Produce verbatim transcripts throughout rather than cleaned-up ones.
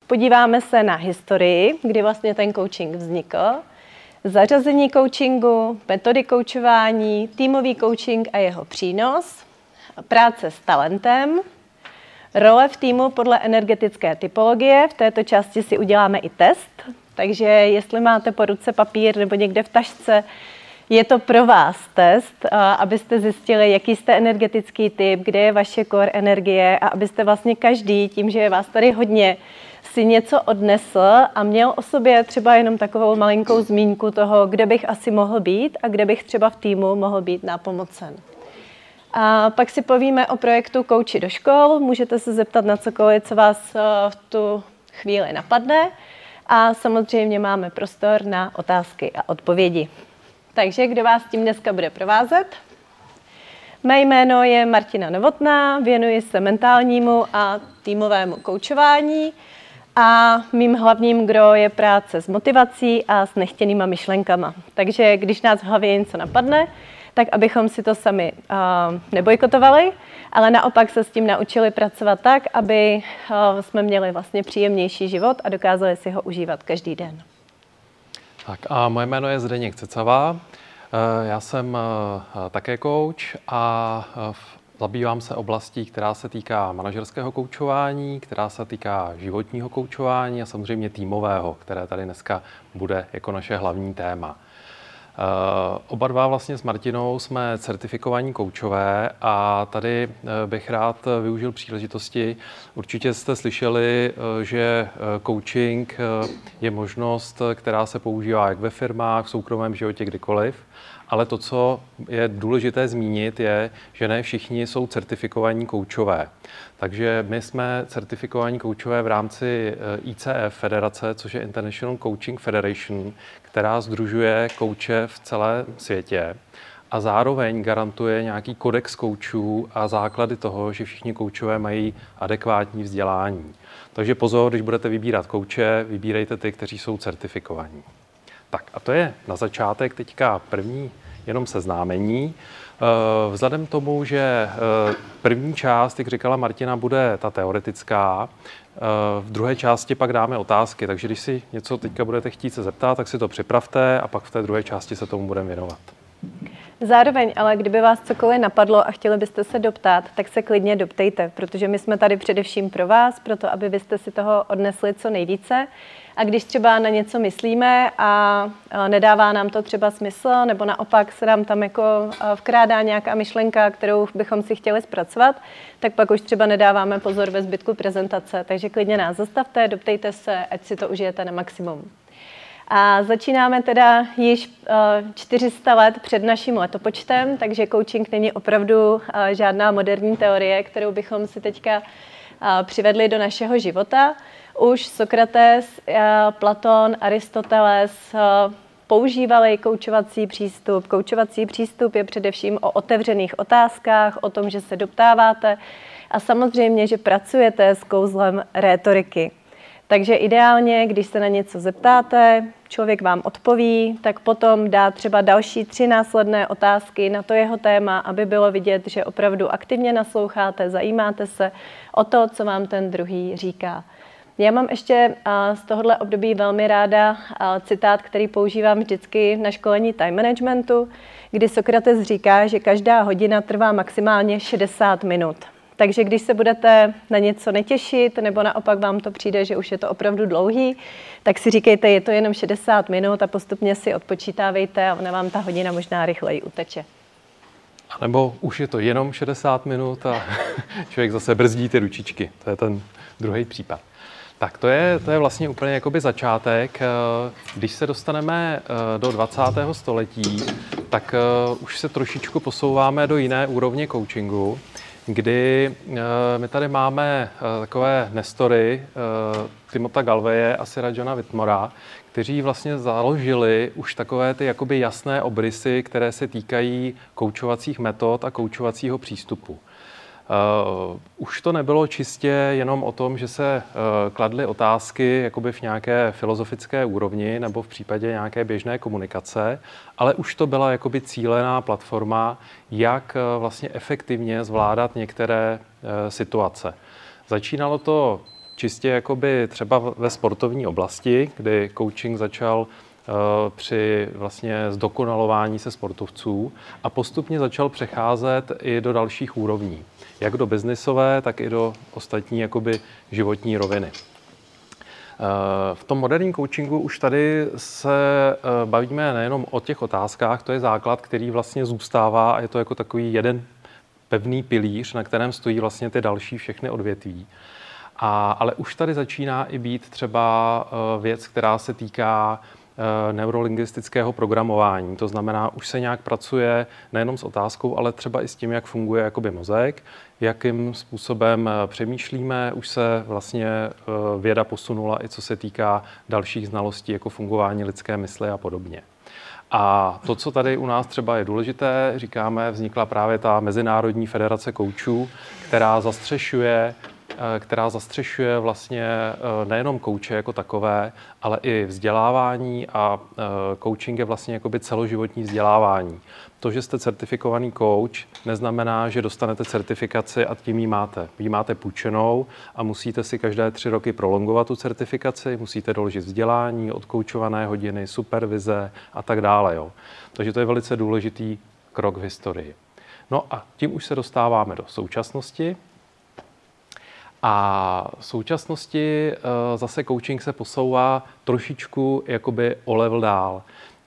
podíváme se na historii, kdy vlastně ten coaching vznikl, zařazení coachingu, metody koučování, týmový coaching a jeho přínos, práce s talentem, role v týmu podle energetické typologie. V této části si uděláme i test, takže jestli máte po ruce papír nebo někde v tašce, je to pro vás test, abyste zjistili, jaký jste energetický typ, kde je vaše core energie a abyste vlastně každý, tím, že je vás tady hodně, si něco odnesl a měl o sobě třeba jenom takovou malinkou zmínku toho, kde bych asi mohl být a kde bych třeba v týmu mohl být nápomocen. A pak si povíme o projektu Kouči do škol, můžete se zeptat na cokoliv, co vás v tu chvíli napadne a samozřejmě máme prostor na otázky a odpovědi. Takže kdo vás tím dneska bude provázet? Mé jméno je Martina Novotná, věnuji se mentálnímu a týmovému koučování a mým hlavním gro je práce s motivací a s nechtěnýma myšlenkama. Takže když nás v hlavě něco napadne, tak abychom si to sami uh, nebojkotovali, ale naopak se s tím naučili pracovat tak, aby uh, jsme měli vlastně příjemnější život a dokázali si ho užívat každý den. Tak a moje jméno je Zdeněk Cecava, já jsem také coach a zabývám se oblastí, která se týká manažerského koučování, která se týká životního koučování a samozřejmě týmového, které tady dneska bude jako naše hlavní téma. Oba dva vlastně s Martinou jsme certifikovaní koučové a tady bych rád využil příležitosti. Určitě jste slyšeli, že coaching je možnost, která se používá jak ve firmách, v soukromém životě, kdykoliv. Ale to, co je důležité zmínit, je, že ne všichni jsou certifikovaní koučové. Takže my jsme certifikovaní koučové v rámci I C F federace, což je International Coaching Federation, která sdružuje kouče v celém světě a zároveň garantuje nějaký kodex koučů a základy toho, že všichni koučové mají adekvátní vzdělání. Takže pozor, když budete vybírat kouče, vybírejte ty, kteří jsou certifikovaní. Tak a to je na začátek teďka první jenom seznámení. Vzhledem k tomu, že první část, jak říkala Martina, bude ta teoretická, v druhé části pak dáme otázky, takže když si něco teďka budete chtít se zeptat, tak si to připravte a pak v té druhé části se tomu budeme věnovat. Zároveň, ale kdyby vás cokoliv napadlo a chtěli byste se doptat, tak se klidně doptejte, protože my jsme tady především pro vás, proto aby byste si toho odnesli co nejvíce. A když třeba na něco myslíme a nedává nám to třeba smysl, nebo naopak se nám tam jako vkrádá nějaká myšlenka, kterou bychom si chtěli zpracovat, tak pak už třeba nedáváme pozor ve zbytku prezentace. Takže klidně nás zastavte, doptejte se, ať si to užijete na maximum. A začínáme teda již čtyři sta let před naším letopočtem, takže coaching není opravdu žádná moderní teorie, kterou bychom si teďka přivedli do našeho života. Už Sokrates, Platon, Aristoteles používali koučovací přístup. Koučovací přístup je především o otevřených otázkách, o tom, že se doptáváte a samozřejmě, že pracujete s kouzlem rétoriky. Takže ideálně, když se na něco zeptáte, člověk vám odpoví, tak potom dá třeba další tři následné otázky na to jeho téma, aby bylo vidět, že opravdu aktivně nasloucháte, zajímáte se o to, co vám ten druhý říká. Já mám ještě z tohohle období velmi ráda citát, který používám vždycky na školení time managementu, kdy Sokrates říká, že každá hodina trvá maximálně šedesát minut. Takže když se budete na něco netěšit, nebo naopak vám to přijde, že už je to opravdu dlouhý, tak si říkejte, je to jenom šedesát minut a postupně si odpočítávejte a ona vám ta hodina možná rychleji uteče. A nebo už je to jenom šedesát minut a člověk zase brzdí ty ručičky. To je ten druhý případ. Tak to je, to je vlastně úplně jakoby začátek. Když se dostaneme do dvacátého století, tak už se trošičku posouváme do jiné úrovně coachingu, kdy my tady máme takové nestory Timotha Galwaye a Sira Johna Whitmora, kteří vlastně založili už takové ty jakoby jasné obrysy, které se týkají koučovacích metod a koučovacího přístupu. Uh, už to nebylo čistě jenom o tom, že se uh, kladly otázky jakoby v nějaké filozofické úrovni nebo v případě nějaké běžné komunikace, ale už to byla jakoby cílená platforma, jak uh, vlastně efektivně zvládat některé uh, situace. Začínalo to čistě jakoby třeba ve sportovní oblasti, kdy coaching začal při vlastně zdokonalování se sportovců a postupně začal přecházet i do dalších úrovní, jak do biznisové, tak i do ostatní jakoby životní roviny. V tom moderním coachingu už tady se bavíme nejenom o těch otázkách, to je základ, který vlastně zůstává a je to jako takový jeden pevný pilíř, na kterém stojí vlastně ty další všechny odvětví. A, ale už tady začíná i být třeba věc, která se týká neurolingvistického programování. To znamená, už se nějak pracuje nejenom s otázkou, ale třeba i s tím, jak funguje jakoby mozek, jakým způsobem přemýšlíme. Už se vlastně věda posunula i co se týká dalších znalostí, jako fungování lidské mysli a podobně. A to, co tady u nás třeba je důležité, říkáme, vznikla právě ta Mezinárodní federace koučů, která zastřešuje která zastřešuje vlastně nejenom kouče jako takové, ale i vzdělávání a coaching je vlastně jakoby celoživotní vzdělávání. To, že jste certifikovaný coach, neznamená, že dostanete certifikaci a tím ji máte. Vy ji máte půjčenou a musíte si každé tři roky prolongovat tu certifikaci, musíte doložit vzdělání, odkoučované hodiny, supervize a tak dále. Jo. Takže to je velice důležitý krok v historii. No a tím už se dostáváme do současnosti. A v současnosti zase coaching se posouvá trošičku jakoby o level dál.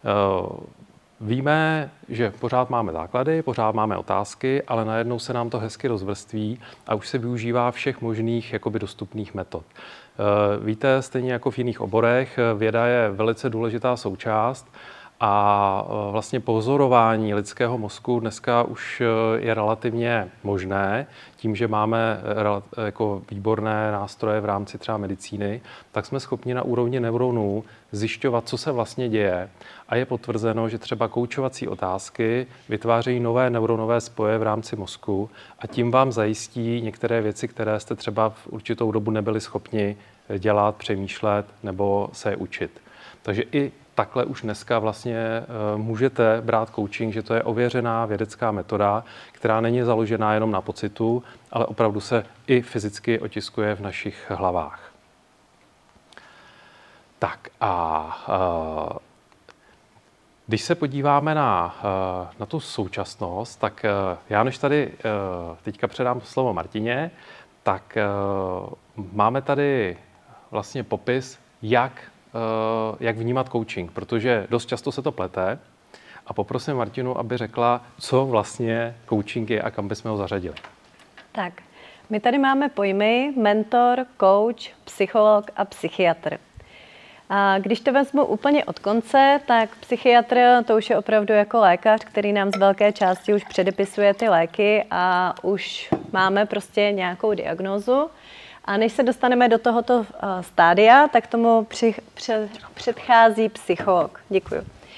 Víme, že pořád máme základy, pořád máme otázky, ale najednou se nám to hezky rozvrství a už se využívá všech možných jakoby dostupných metod. Víte, stejně jako v jiných oborech, věda je velice důležitá součást a vlastně pozorování lidského mozku dneska už je relativně možné. Tím, že máme jako výborné nástroje v rámci třeba medicíny, tak jsme schopni na úrovni neuronů zjišťovat, co se vlastně děje. A je potvrzeno, že třeba koučovací otázky vytvářejí nové neuronové spoje v rámci mozku a tím vám zajistí některé věci, které jste třeba v určitou dobu nebyli schopni dělat, přemýšlet nebo se je učit. Takže i takhle už dneska vlastně můžete brát coaching, že to je ověřená vědecká metoda, která není založená jenom na pocitu, ale opravdu se i fyzicky otiskuje v našich hlavách. Tak a když se podíváme na, na tu současnost, tak já než tady teďka předám slovo Martině, tak máme tady vlastně popis, jak jak vnímat coaching, protože dost často se to plete a poprosím Martinu, aby řekla, co vlastně coaching je a kam bychom ho zařadili. Tak, my tady máme pojmy mentor, coach, psycholog a psychiatr. A když to vezmu úplně od konce, tak psychiatr to už je opravdu jako lékař, který nám z velké části už předepisuje ty léky a už máme prostě nějakou diagnózu. A než se dostaneme do tohoto stádia, tak tomu při, před, předchází psycholog. Děkuju.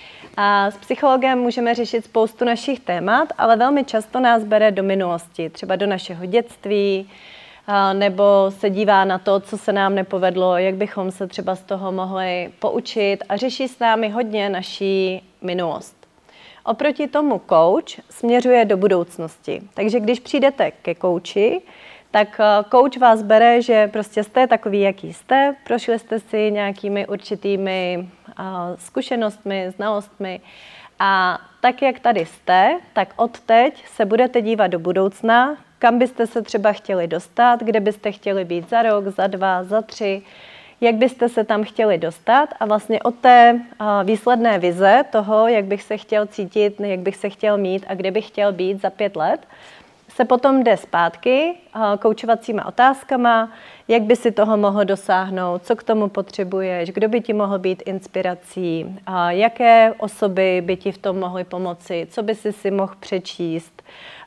A s psychologem můžeme řešit spoustu našich témat, ale velmi často nás bere do minulosti, třeba do našeho dětství, nebo se dívá na to, co se nám nepovedlo, jak bychom se třeba z toho mohli poučit a řeší s námi hodně naší minulost. Oproti tomu coach směřuje do budoucnosti. Takže když přijdete ke kouči, tak coach vás bere, že prostě jste takový, jaký jste, prošli jste si nějakými určitými uh, zkušenostmi, znalostmi a tak, jak tady jste, tak odteď se budete dívat do budoucna, kam byste se třeba chtěli dostat, kde byste chtěli být za rok, za dva, za tři, jak byste se tam chtěli dostat a vlastně od té uh, výsledné vize toho, jak bych se chtěl cítit, jak bych se chtěl mít a kde bych chtěl být za pět let, se potom jde zpátky koučovacíma otázkama, jak by si toho mohl dosáhnout, co k tomu potřebuješ, kdo by ti mohl být inspirací, jaké osoby by ti v tom mohly pomoci, co by si si mohl přečíst,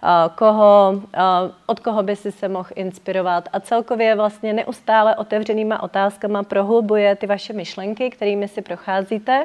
koho, od koho by si se mohl inspirovat a celkově vlastně neustále otevřenýma otázkama prohlubuje ty vaše myšlenky, kterými si procházíte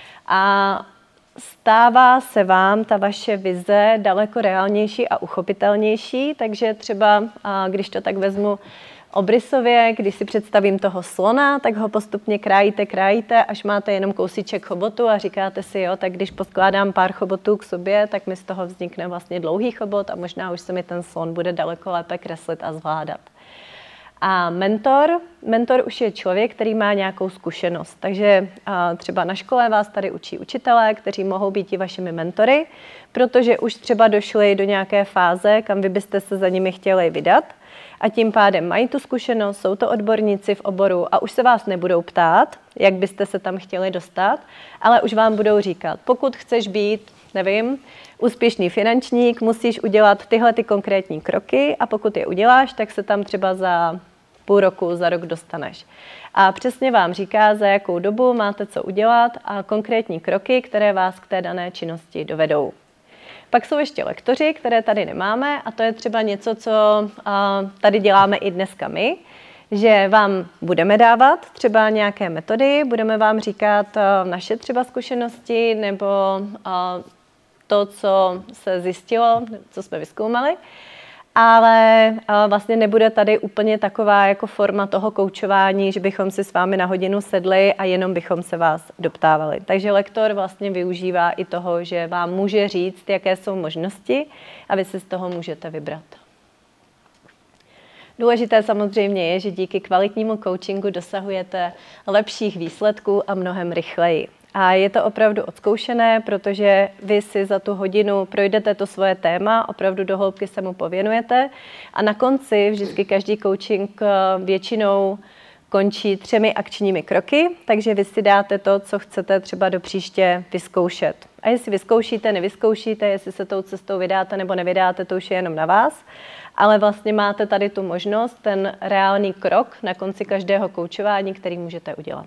a stává se vám ta vaše vize daleko reálnější a uchopitelnější, takže třeba, když to tak vezmu obrysově, když si představím toho slona, tak ho postupně krájíte, krájíte, až máte jenom kousíček chobotu a říkáte si, jo, tak když poskládám pár chobotů k sobě, tak mi z toho vznikne vlastně dlouhý chobot a možná už se mi ten slon bude daleko lépe kreslit a zvládat. A mentor, mentor už je člověk, který má nějakou zkušenost. Takže třeba na škole vás tady učí učitelé, kteří mohou být i vašimi mentory, protože už třeba došli do nějaké fáze, kam vy byste se za nimi chtěli vydat. A tím pádem mají tu zkušenost, jsou to odborníci v oboru a už se vás nebudou ptát, jak byste se tam chtěli dostat, ale už vám budou říkat, pokud chceš být, nevím, úspěšný finančník, musíš udělat tyhle ty konkrétní kroky a pokud je uděláš, tak se tam třeba za půl roku, za rok dostaneš. A přesně vám říká, za jakou dobu máte co udělat a konkrétní kroky, které vás k té dané činnosti dovedou. Pak jsou ještě lektoři, které tady nemáme a to je třeba něco, co tady děláme i dneska my, že vám budeme dávat třeba nějaké metody, budeme vám říkat naše třeba zkušenosti nebo to, co se zjistilo, co jsme vyzkoumali, ale vlastně nebude tady úplně taková jako forma toho koučování, že bychom si s vámi na hodinu sedli a jenom bychom se vás doptávali. Takže lektor vlastně využívá i toho, že vám může říct, jaké jsou možnosti a vy si z toho můžete vybrat. Důležité samozřejmě je, že díky kvalitnímu coachingu dosahujete lepších výsledků a mnohem rychleji. A je to opravdu odzkoušené, protože vy si za tu hodinu projdete to svoje téma, opravdu do hloubky se mu pověnujete a na konci vždycky každý coaching většinou končí třemi akčními kroky, takže vy si dáte to, co chcete třeba do příště vyzkoušet. A jestli vyzkoušíte, nevyzkoušíte, jestli se tou cestou vydáte nebo nevydáte, to už je jenom na vás. Ale vlastně máte tady tu možnost, ten reálný krok na konci každého koučování, který můžete udělat.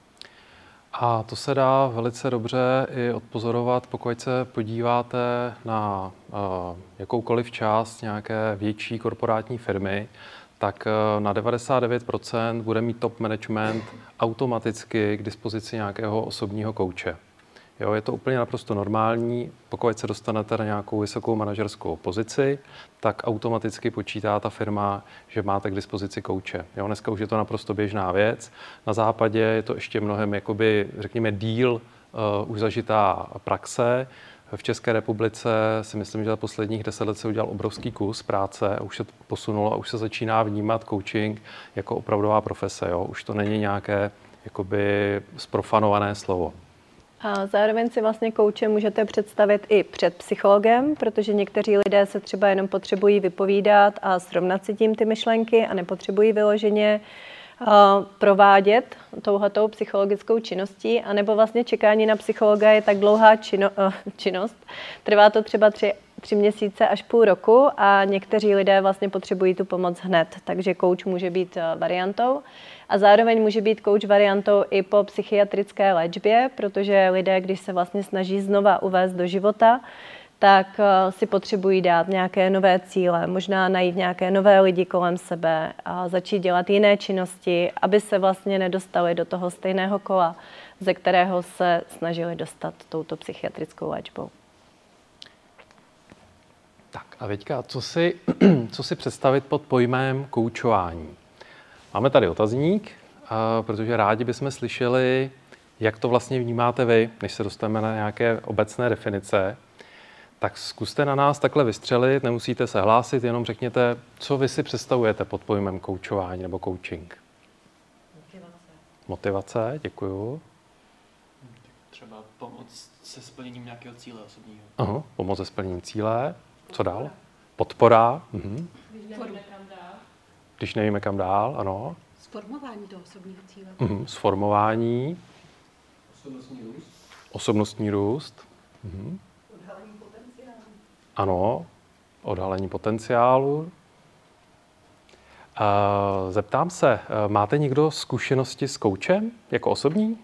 A to se dá velice dobře i odpozorovat, pokud se podíváte na uh, jakoukoliv část nějaké větší korporátní firmy, tak uh, na devadesát devět procent bude mít top management automaticky k dispozici nějakého osobního kouče. Jo, je to úplně naprosto normální, pokud se dostanete na nějakou vysokou manažerskou pozici, tak automaticky počítá ta firma, že máte k dispozici kouče. Jo, dneska už je to naprosto běžná věc. Na západě je to ještě mnohem, jakoby, řekněme, díl uh, už zažitá praxe. V České republice si myslím, že za posledních deset let se udělal obrovský kus práce a už se to posunulo a už se začíná vnímat coaching jako opravdová profese. Jo. Už to není nějaké jakoby zprofanované slovo. A zároveň si vlastně kouče můžete představit i před psychologem, protože někteří lidé se třeba jenom potřebují vypovídat a srovnat si tím ty myšlenky a nepotřebují vyloženě uh, provádět touhletou psychologickou činností, anebo vlastně čekání na psychologa je tak dlouhá čino, uh, činnost. Trvá to třeba tři, tři měsíce až půl roku a někteří lidé vlastně potřebují tu pomoc hned, takže kouč může být uh, variantou. A zároveň může být kouč variantou i po psychiatrické léčbě, protože lidé, když se vlastně snaží znova uvést do života, tak si potřebují dát nějaké nové cíle, možná najít nějaké nové lidi kolem sebe a začít dělat jiné činnosti, aby se vlastně nedostali do toho stejného kola, ze kterého se snažili dostat touto psychiatrickou léčbou. Tak a teďka, co si, co si představit pod pojmem koučování? Máme tady otazník, protože rádi bychom slyšeli, jak to vlastně vnímáte vy, než se dostaneme na nějaké obecné definice. Tak zkuste na nás takhle vystřelit, nemusíte se hlásit, jenom řekněte, co vy si představujete pod pojmem koučování nebo coaching. Motivace. Motivace, děkuju. Třeba pomoc se splněním nějakého cíle osobního. Aha, pomoc se splněním cíle. Co dál? Podpora. Mhm. Když nevíme kam dál, ano. Sformování toho osobního cíle. Mhm. Sformování. Osobnostní růst. Osobnostní růst. Mhm. Odhalení potenciálu. Ano, odhalení potenciálu. Zeptám se, máte někdo zkušenosti s koučem jako osobní?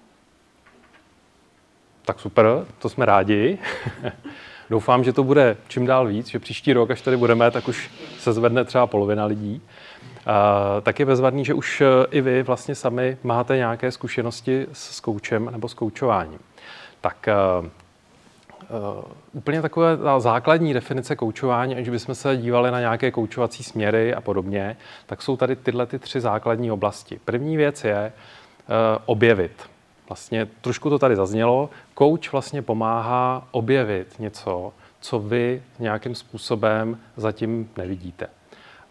Tak super, to jsme rádi. Doufám, že to bude čím dál víc, že příští rok, až tady budeme, tak už se zvedne třeba polovina lidí. Uh, tak je bezvadný, že už i vy vlastně sami máte nějaké zkušenosti s koučem nebo s koučováním. Tak uh, uh, úplně takové ta základní definice koučování, ať bychom se dívali na nějaké koučovací směry a podobně, tak jsou tady tyhle ty tři základní oblasti. První věc je uh, objevit. Vlastně trošku to tady zaznělo. Kouč vlastně pomáhá objevit něco, co vy nějakým způsobem zatím nevidíte.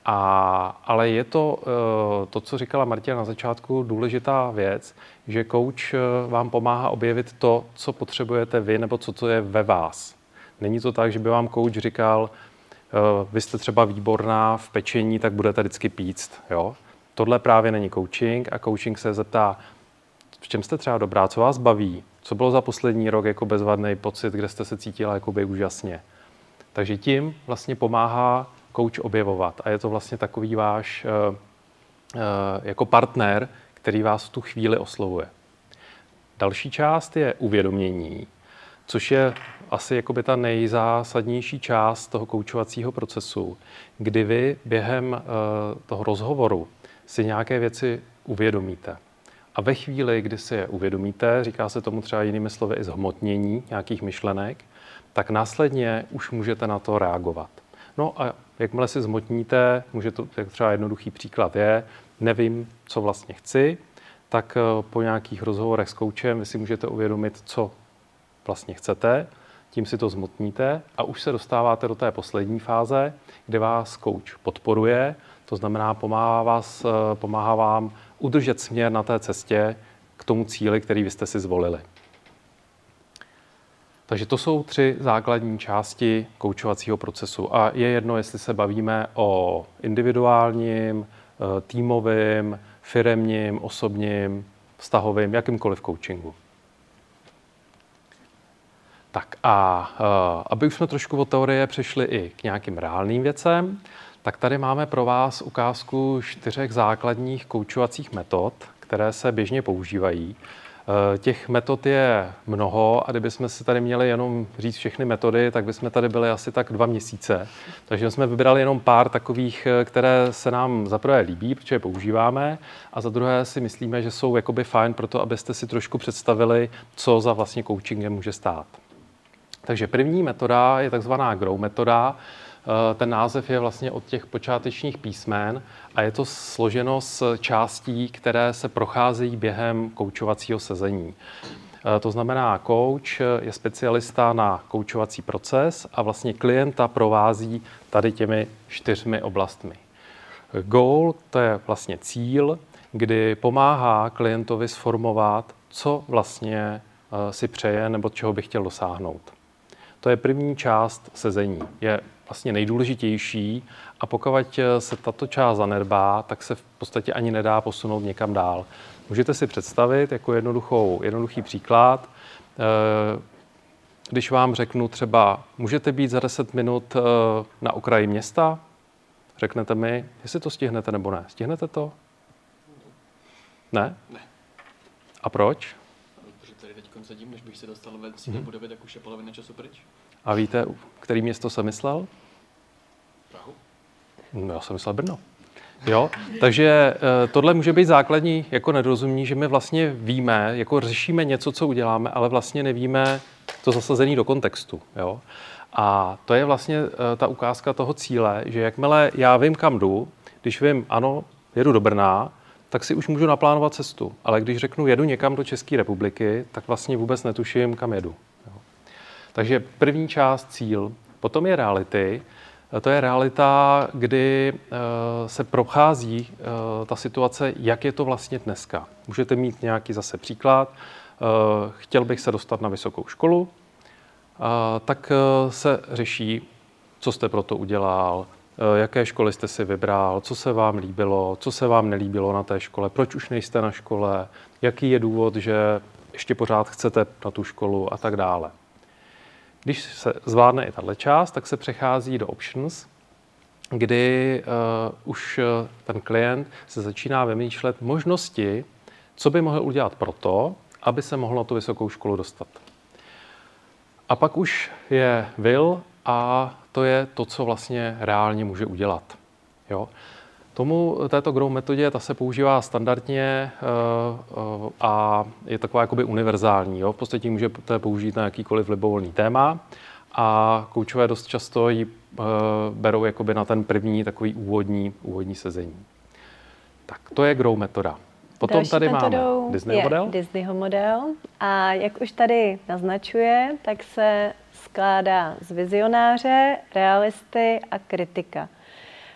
A, ale je to, to, co říkala Martina na začátku, důležitá věc, že coach vám pomáhá objevit to, co potřebujete vy, nebo co to je ve vás. Není to tak, že by vám coach říkal, vy jste třeba výborná v pečení, tak budete vždycky píct. Jo? Tohle právě není coaching a coaching se zeptá, v čem jste třeba dobrá, co vás baví, co bylo za poslední rok jako bezvadný pocit, kde jste se cítila jakoby úžasně. Takže tím vlastně pomáhá coach objevovat a je to vlastně takový váš uh, uh, jako partner, který vás v tu chvíli oslovuje. Další část je uvědomění, což je asi jakoby ta nejzásadnější část toho koučovacího procesu, kdy vy během uh, toho rozhovoru si nějaké věci uvědomíte. A ve chvíli, kdy si je uvědomíte, říká se tomu třeba jinými slovy i zhmotnění nějakých myšlenek, tak následně už můžete na to reagovat. No a jakmile si zhmotníte, může to, jak třeba jednoduchý příklad je, nevím, co vlastně chci, tak po nějakých rozhovorech s koučem vy si můžete uvědomit, co vlastně chcete, tím si to zhmotníte a už se dostáváte do té poslední fáze, kde vás kouč podporuje, to znamená pomáhá, vás, pomáhá vám udržet směr na té cestě k tomu cíli, který vy jste si zvolili. Takže to jsou tři základní části koučovacího procesu. A je jedno, jestli se bavíme o individuálním, týmovém, firemním, osobním, vztahovým, jakýmkoliv coachingu. Tak a aby už jsme trošku od teorie přešli i k nějakým reálným věcem, tak tady máme pro vás ukázku čtyřech základních koučovacích metod, které se běžně používají. Těch metod je mnoho a kdybychom si tady měli jenom říct všechny metody, tak bychom tady byli asi tak dva měsíce. Takže jsme vybrali jenom pár takových, které se nám za prvé líbí, protože je používáme, a za druhé si myslíme, že jsou jakoby fajn pro to, abyste si trošku představili, co za vlastně coachingem může stát. Takže první metoda je takzvaná GROW metoda. Ten název je vlastně od těch počátečních písmen a je to složeno z částí, které se procházejí během koučovacího sezení. To znamená, coach je specialista na koučovací proces a vlastně klienta provází tady těmi čtyřmi oblastmi. Goal, to je vlastně cíl, kdy pomáhá klientovi sformovat, co vlastně si přeje nebo čeho by chtěl dosáhnout. To je první část sezení. Je vlastně nejdůležitější a pokud se tato část zanedbá, tak se v podstatě ani nedá posunout někam dál. Můžete si představit jako jednoduchou, jednoduchý příklad, když vám řeknu třeba, můžete být za deset minut na okraji města, řeknete mi, jestli to stihnete nebo ne. Stihnete to? Ne? Ne. A proč? Protože tady teď sedím, než bych se dostal ven z té budovy, tak už je polovina času pryč. A víte, který město jsem myslel? Prahu? No, já jsem myslel Brno. Jo? Takže tohle může být základní jako nedorozumění, že my vlastně víme, jako řešíme něco, co uděláme, ale vlastně nevíme to zasazené do kontextu. Jo? A to je vlastně ta ukázka toho cíle, že jakmile já vím, kam jdu, když vím, ano, jedu do Brna, tak si už můžu naplánovat cestu. Ale když řeknu, jedu někam do České republiky, tak vlastně vůbec netuším, kam jedu. Jo? Takže první část cíl, potom je reality. To je realita, kdy se prochází ta situace, jak je to vlastně dneska. Můžete mít nějaký zase příklad. Chtěl bych se dostat na vysokou školu, tak se řeší, co jste pro to udělal, jaké školy jste si vybral, co se vám líbilo, co se vám nelíbilo na té škole, proč už nejste na škole, jaký je důvod, že ještě pořád chcete na tu školu a tak dále. Když se zvládne i tato část, tak se přechází do options, kdy uh, už ten klient se začíná vymýšlet možnosti, co by mohl udělat pro to, aby se mohl na tu vysokou školu dostat. A pak už je will a to je to, co vlastně reálně může udělat. Jo? Tomu, této GROW metodě, ta se používá standardně uh, uh, a je taková jakoby univerzální. Jo? V podstatě můžete použít na jakýkoliv libovolný téma a koučové dost často ji uh, berou jakoby na ten první takový úvodní, úvodní sezení. Tak to je GROW metoda. Potom Další tady máme Disneyho model. Disneyho model. A jak už tady naznačuje, tak se skládá z vizionáře, realisty a kritika.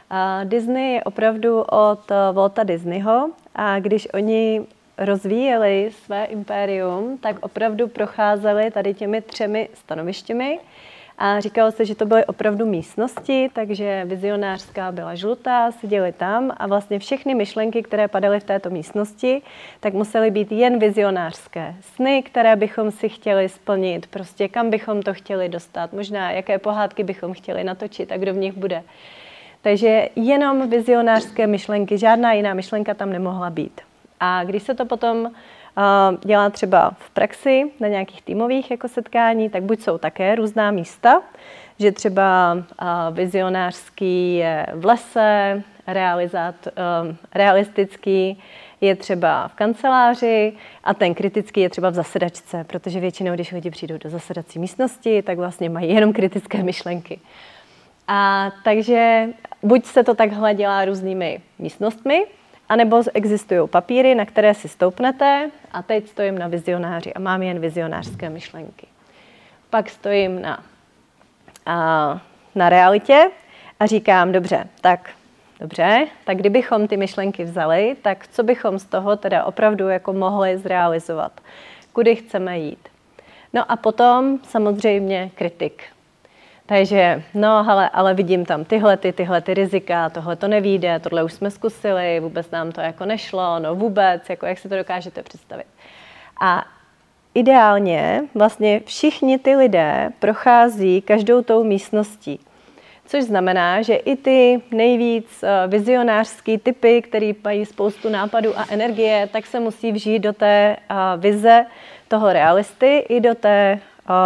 A Disney je opravdu od Walta Disneyho a když oni rozvíjeli své impérium, tak opravdu procházeli tady těmi třemi stanovištěmi a říkalo se, že to byly opravdu místnosti, takže vizionářská byla žlutá, seděli tam a vlastně všechny myšlenky, které padaly v této místnosti, tak musely být jen vizionářské. Sny, které bychom si chtěli splnit, prostě kam bychom to chtěli dostat, možná jaké pohádky bychom chtěli natočit a kdo v nich bude. Takže jenom vizionářské myšlenky, žádná jiná myšlenka tam nemohla být. A když se to potom uh, dělá třeba v praxi na nějakých týmových jako setkání, tak buď jsou také různá místa, že třeba uh, vizionářský je v lese, realizát, uh, realistický je třeba v kanceláři a ten kritický je třeba v zasedačce, protože většinou, když lidi přijdou do zasedací místnosti, tak vlastně mají jenom kritické myšlenky. A takže buď se to takhle dělá různými místnostmi, anebo existují papíry, na které si stoupnete a teď stojím na vizionáři a mám jen vizionářské myšlenky. Pak stojím na, a, na realitě a říkám, dobře, tak dobře, tak kdybychom ty myšlenky vzali, tak co bychom z toho teda opravdu jako mohli zrealizovat? Kudy chceme jít? No a potom samozřejmě kritik. Takže, no, hele, ale vidím tam tyhle, ty, tyhle ty rizika, tohle to nevyjde, tohle už jsme zkusili, vůbec nám to jako nešlo, no vůbec, jako jak si to dokážete představit. A ideálně vlastně všichni ty lidé prochází každou tou místností. Což znamená, že i ty nejvíc vizionářský typy, který mají spoustu nápadů a energie, tak se musí vžít do té vize toho realisty i do té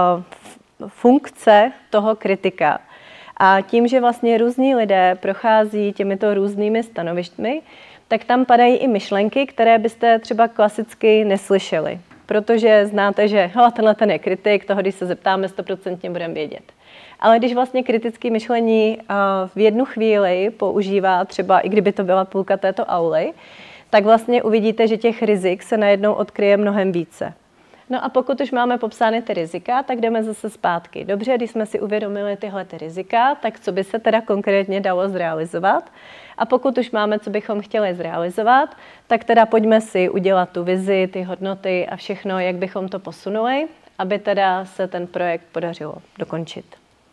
funkce toho kritika. A tím, že vlastně různí lidé prochází těmito různými stanovištmi, tak tam padají i myšlenky, které byste třeba klasicky neslyšeli. Protože znáte, že tenhle ten je kritik, toho když se zeptáme, stoprocentně budeme vědět. Ale když vlastně kritické myšlení v jednu chvíli používá třeba, i kdyby to byla půlka této auly, tak vlastně uvidíte, že těch rizik se najednou odkryje mnohem více. No a pokud už máme popsány ty rizika, tak jdeme zase zpátky. Dobře, když jsme si uvědomili tyhle ty rizika, tak co by se teda konkrétně dalo zrealizovat? A pokud už máme, co bychom chtěli zrealizovat, tak teda pojďme si udělat tu vizi, ty hodnoty a všechno, jak bychom to posunuli, aby teda se ten projekt podařilo dokončit.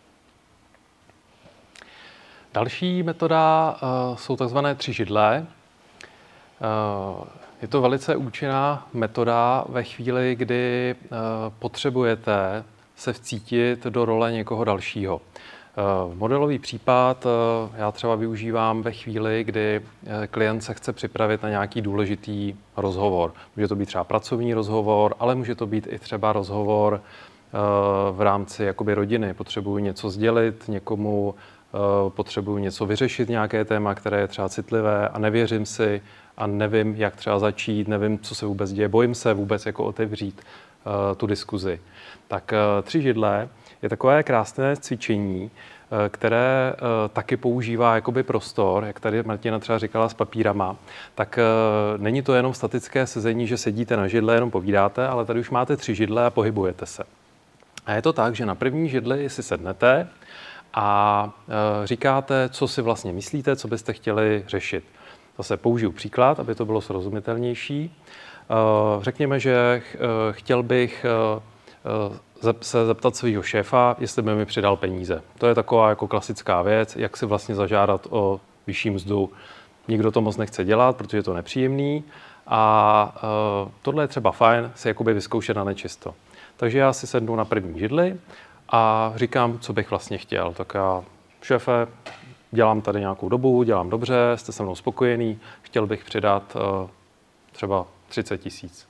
Další metoda uh, jsou takzvané tři židle. Uh, Je to velice účinná metoda ve chvíli, kdy uh, potřebujete se vcítit do role někoho dalšího. Uh, modelový případ uh, já třeba využívám ve chvíli, kdy uh, klient se chce připravit na nějaký důležitý rozhovor. Může to být třeba pracovní rozhovor, ale může to být i třeba rozhovor uh, v rámci jakoby rodiny. Potřebuji něco sdělit někomu, uh, potřebuji něco vyřešit, nějaké téma, které je třeba citlivé a nevěřím si, a nevím, jak třeba začít, nevím, co se vůbec děje, bojím se vůbec jako otevřít uh, tu diskuzi. Tak uh, tři židle je takové krásné cvičení, uh, které uh, taky používá jakoby prostor, jak tady Martina třeba říkala s papírama, tak uh, není to jenom statické sezení, že sedíte na židle, jenom povídáte, ale tady už máte tři židle a pohybujete se. A je to tak, že na první židli si sednete a uh, říkáte, co si vlastně myslíte, co byste chtěli řešit. Zase použiju příklad, aby to bylo srozumitelnější. Řekněme, že chtěl bych se zeptat svého šéfa, jestli by mi přidal peníze. To je taková jako klasická věc, jak si vlastně zažádat o vyšší mzdu. Nikdo to moc nechce dělat, protože je to nepříjemný a tohle je třeba fajn si jakoby vyzkoušet na nečisto. Takže já si sednu na první židli a říkám, co bych vlastně chtěl. Tak já, šéfe, dělám tady nějakou dobu, dělám dobře, jste se mnou spokojený, chtěl bych přidat uh, třeba třicet tisíc.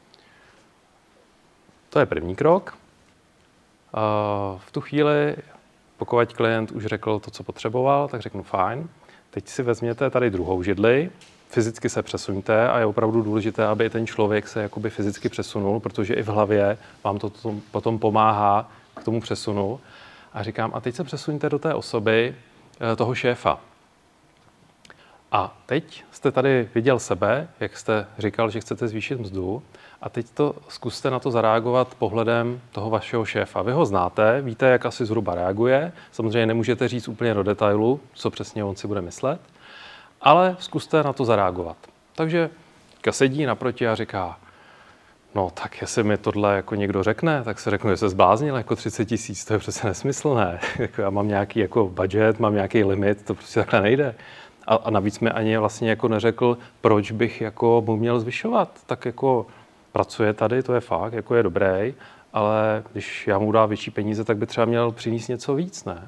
To je první krok. Uh, v tu chvíli, pokud klient už řekl to, co potřeboval, tak řeknu fajn. Teď si vezměte tady druhou židli, fyzicky se přesuňte a je opravdu důležité, aby ten člověk se jakoby fyzicky přesunul, protože i v hlavě vám to potom pomáhá k tomu přesunu. A říkám, a teď se přesuňte do té osoby, toho šéfa. A teď jste tady viděl sebe, jak jste říkal, že chcete zvýšit mzdu, a teď to zkuste na to zareagovat pohledem toho vašeho šéfa. Vy ho znáte, víte, jak asi zhruba reaguje. Samozřejmě nemůžete říct úplně do detailu, co přesně on si bude myslet, ale zkuste na to zareagovat. Takže sedí naproti a říká, no tak jestli mi tohle jako někdo řekne, tak se řeknu, že se zbláznil jako třicet tisíc, to je přece nesmyslné. Já mám nějaký jako budget, mám nějaký limit, to prostě takhle nejde. A, a navíc mi ani vlastně jako neřekl, proč bych jako mu měl zvyšovat. Tak jako pracuje tady, to je fakt, jako je dobrý, ale když já mu dám větší peníze, tak by třeba měl přinést něco víc, ne?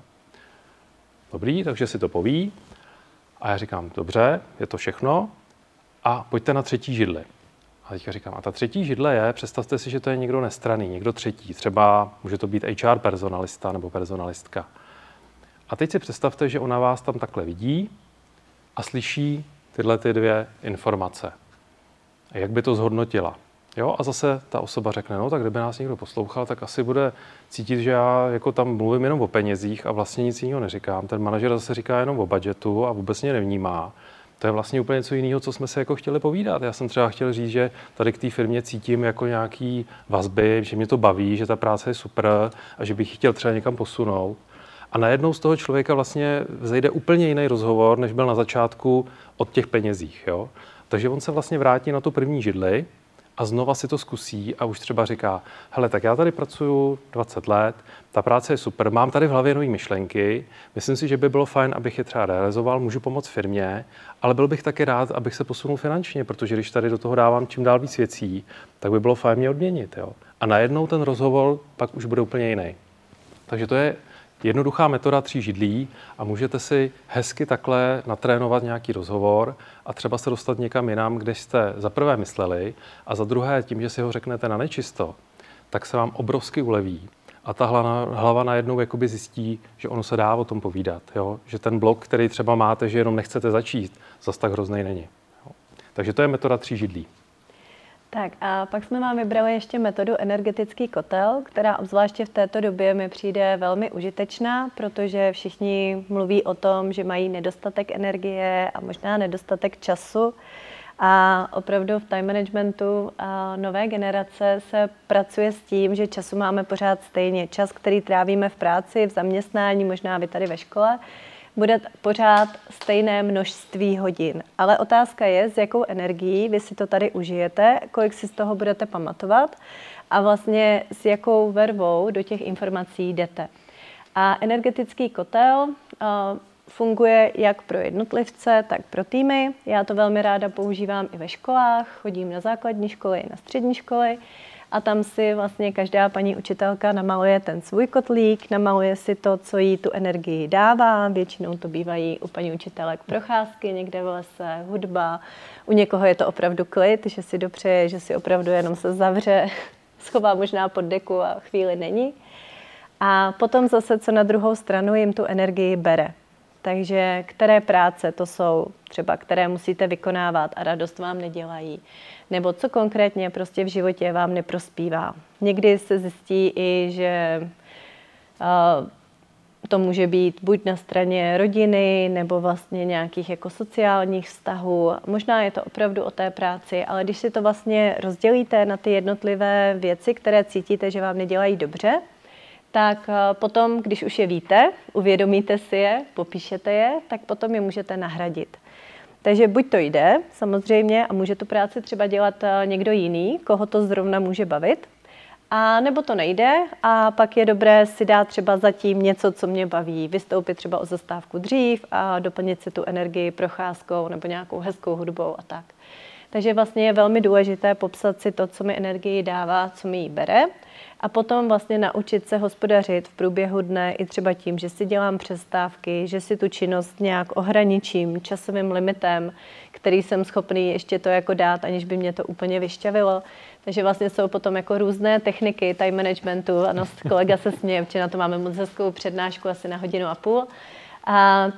Dobrý, takže si to poví. A já říkám, dobře, je to všechno a pojďte na třetí židli. A teďka říkám, a ta třetí židle je, představte si, že to je někdo nestranný, někdo třetí, třeba může to být H R personalista nebo personalistka. A teď si představte, že ona vás tam takhle vidí a slyší tyhle ty dvě informace. A jak by to zhodnotila? Jo, a zase ta osoba řekne, no tak kdyby nás někdo poslouchal, tak asi bude cítit, že já jako tam mluvím jenom o penězích a vlastně nic jiného neříkám. Ten manažer zase říká jenom o budgetu a vůbec mě nevnímá. To je vlastně úplně něco jiného, co jsme se jako chtěli povídat. Já jsem třeba chtěl říct, že tady k té firmě cítím jako nějaký vazby, že mě to baví, že ta práce je super a že bych chtěl třeba někam posunout. A najednou z toho člověka vlastně vzejde úplně jiný rozhovor, než byl na začátku od těch penězích. Jo? Takže on se vlastně vrátí na tu první židli a znova si to zkusí a už třeba říká, hele, tak já tady pracuju dvacet let, ta práce je super, mám tady v hlavě nové myšlenky, myslím si, že by bylo fajn, abych je třeba realizoval, můžu pomoct firmě, ale byl bych taky rád, abych se posunul finančně, protože když tady do toho dávám čím dál víc věcí, tak by bylo fajn mě odměnit. Jo? A najednou ten rozhovor pak už bude úplně jiný. Takže to je jednoduchá metoda tří židlí a můžete si hezky takhle natrénovat nějaký rozhovor a třeba se dostat někam jinam, kde jste za prvé mysleli a za druhé tím, že si ho řeknete na nečisto, tak se vám obrovsky uleví. A ta hlava, hlava najednou jakoby zjistí, že ono se dá o tom povídat. Jo? Že ten blok, který třeba máte, že jenom nechcete začít, zas tak hroznej není. Jo? Takže to je metoda tří židlí. Tak a pak jsme vám vybrali ještě metodu energetický kotel, která obzvláště v této době mi přijde velmi užitečná, protože všichni mluví o tom, že mají nedostatek energie a možná nedostatek času. A opravdu v time managementu a nové generace se pracuje s tím, že času máme pořád stejně. Čas, který trávíme v práci, v zaměstnání, možná vy tady ve škole, bude pořád stejné množství hodin. Ale otázka je, s jakou energií vy si to tady užijete, kolik si z toho budete pamatovat a vlastně s jakou vervou do těch informací jdete. A energetický kotel uh, funguje jak pro jednotlivce, tak pro týmy. Já to velmi ráda používám i ve školách, chodím na základní školy, na střední školy a tam si vlastně každá paní učitelka namaluje ten svůj kotlík, namaluje si to, co jí tu energii dává. Většinou to bývají u paní učitelek procházky někde v lese, hudba. U někoho je to opravdu klid, že si dopřeje, že si opravdu jenom se zavře, schová možná pod deku a chvíli není. A potom zase, co na druhou stranu jim tu energii bere. Takže které práce to jsou, třeba které musíte vykonávat a radost vám nedělají, nebo co konkrétně prostě v životě vám neprospívá. Někdy se zjistí i, že uh, to může být buď na straně rodiny, nebo vlastně nějakých jako sociálních vztahů. Možná je to opravdu o té práci, ale když si to vlastně rozdělíte na ty jednotlivé věci, které cítíte, že vám nedělají dobře, tak potom, když už je víte, uvědomíte si je, popíšete je, tak potom je můžete nahradit. Takže buď to jde, samozřejmě, a může tu práci třeba dělat někdo jiný, koho to zrovna může bavit, a nebo to nejde a pak je dobré si dát třeba zatím něco, co mě baví, vystoupit třeba o zastávku dřív a doplnit si tu energii procházkou nebo nějakou hezkou hudbou a tak. Takže vlastně je velmi důležité popsat si to, co mi energii dává, co mi ji bere a potom vlastně naučit se hospodařit v průběhu dne i třeba tím, že si dělám přestávky, že si tu činnost nějak ohraničím časovým limitem, který jsem schopný ještě to jako dát, aniž by mě to úplně vyšťavilo. Takže vlastně jsou potom jako různé techniky time managementu. Ano, kolega se směje, protože na to máme moc hezkou přednášku asi na hodinu a půl. A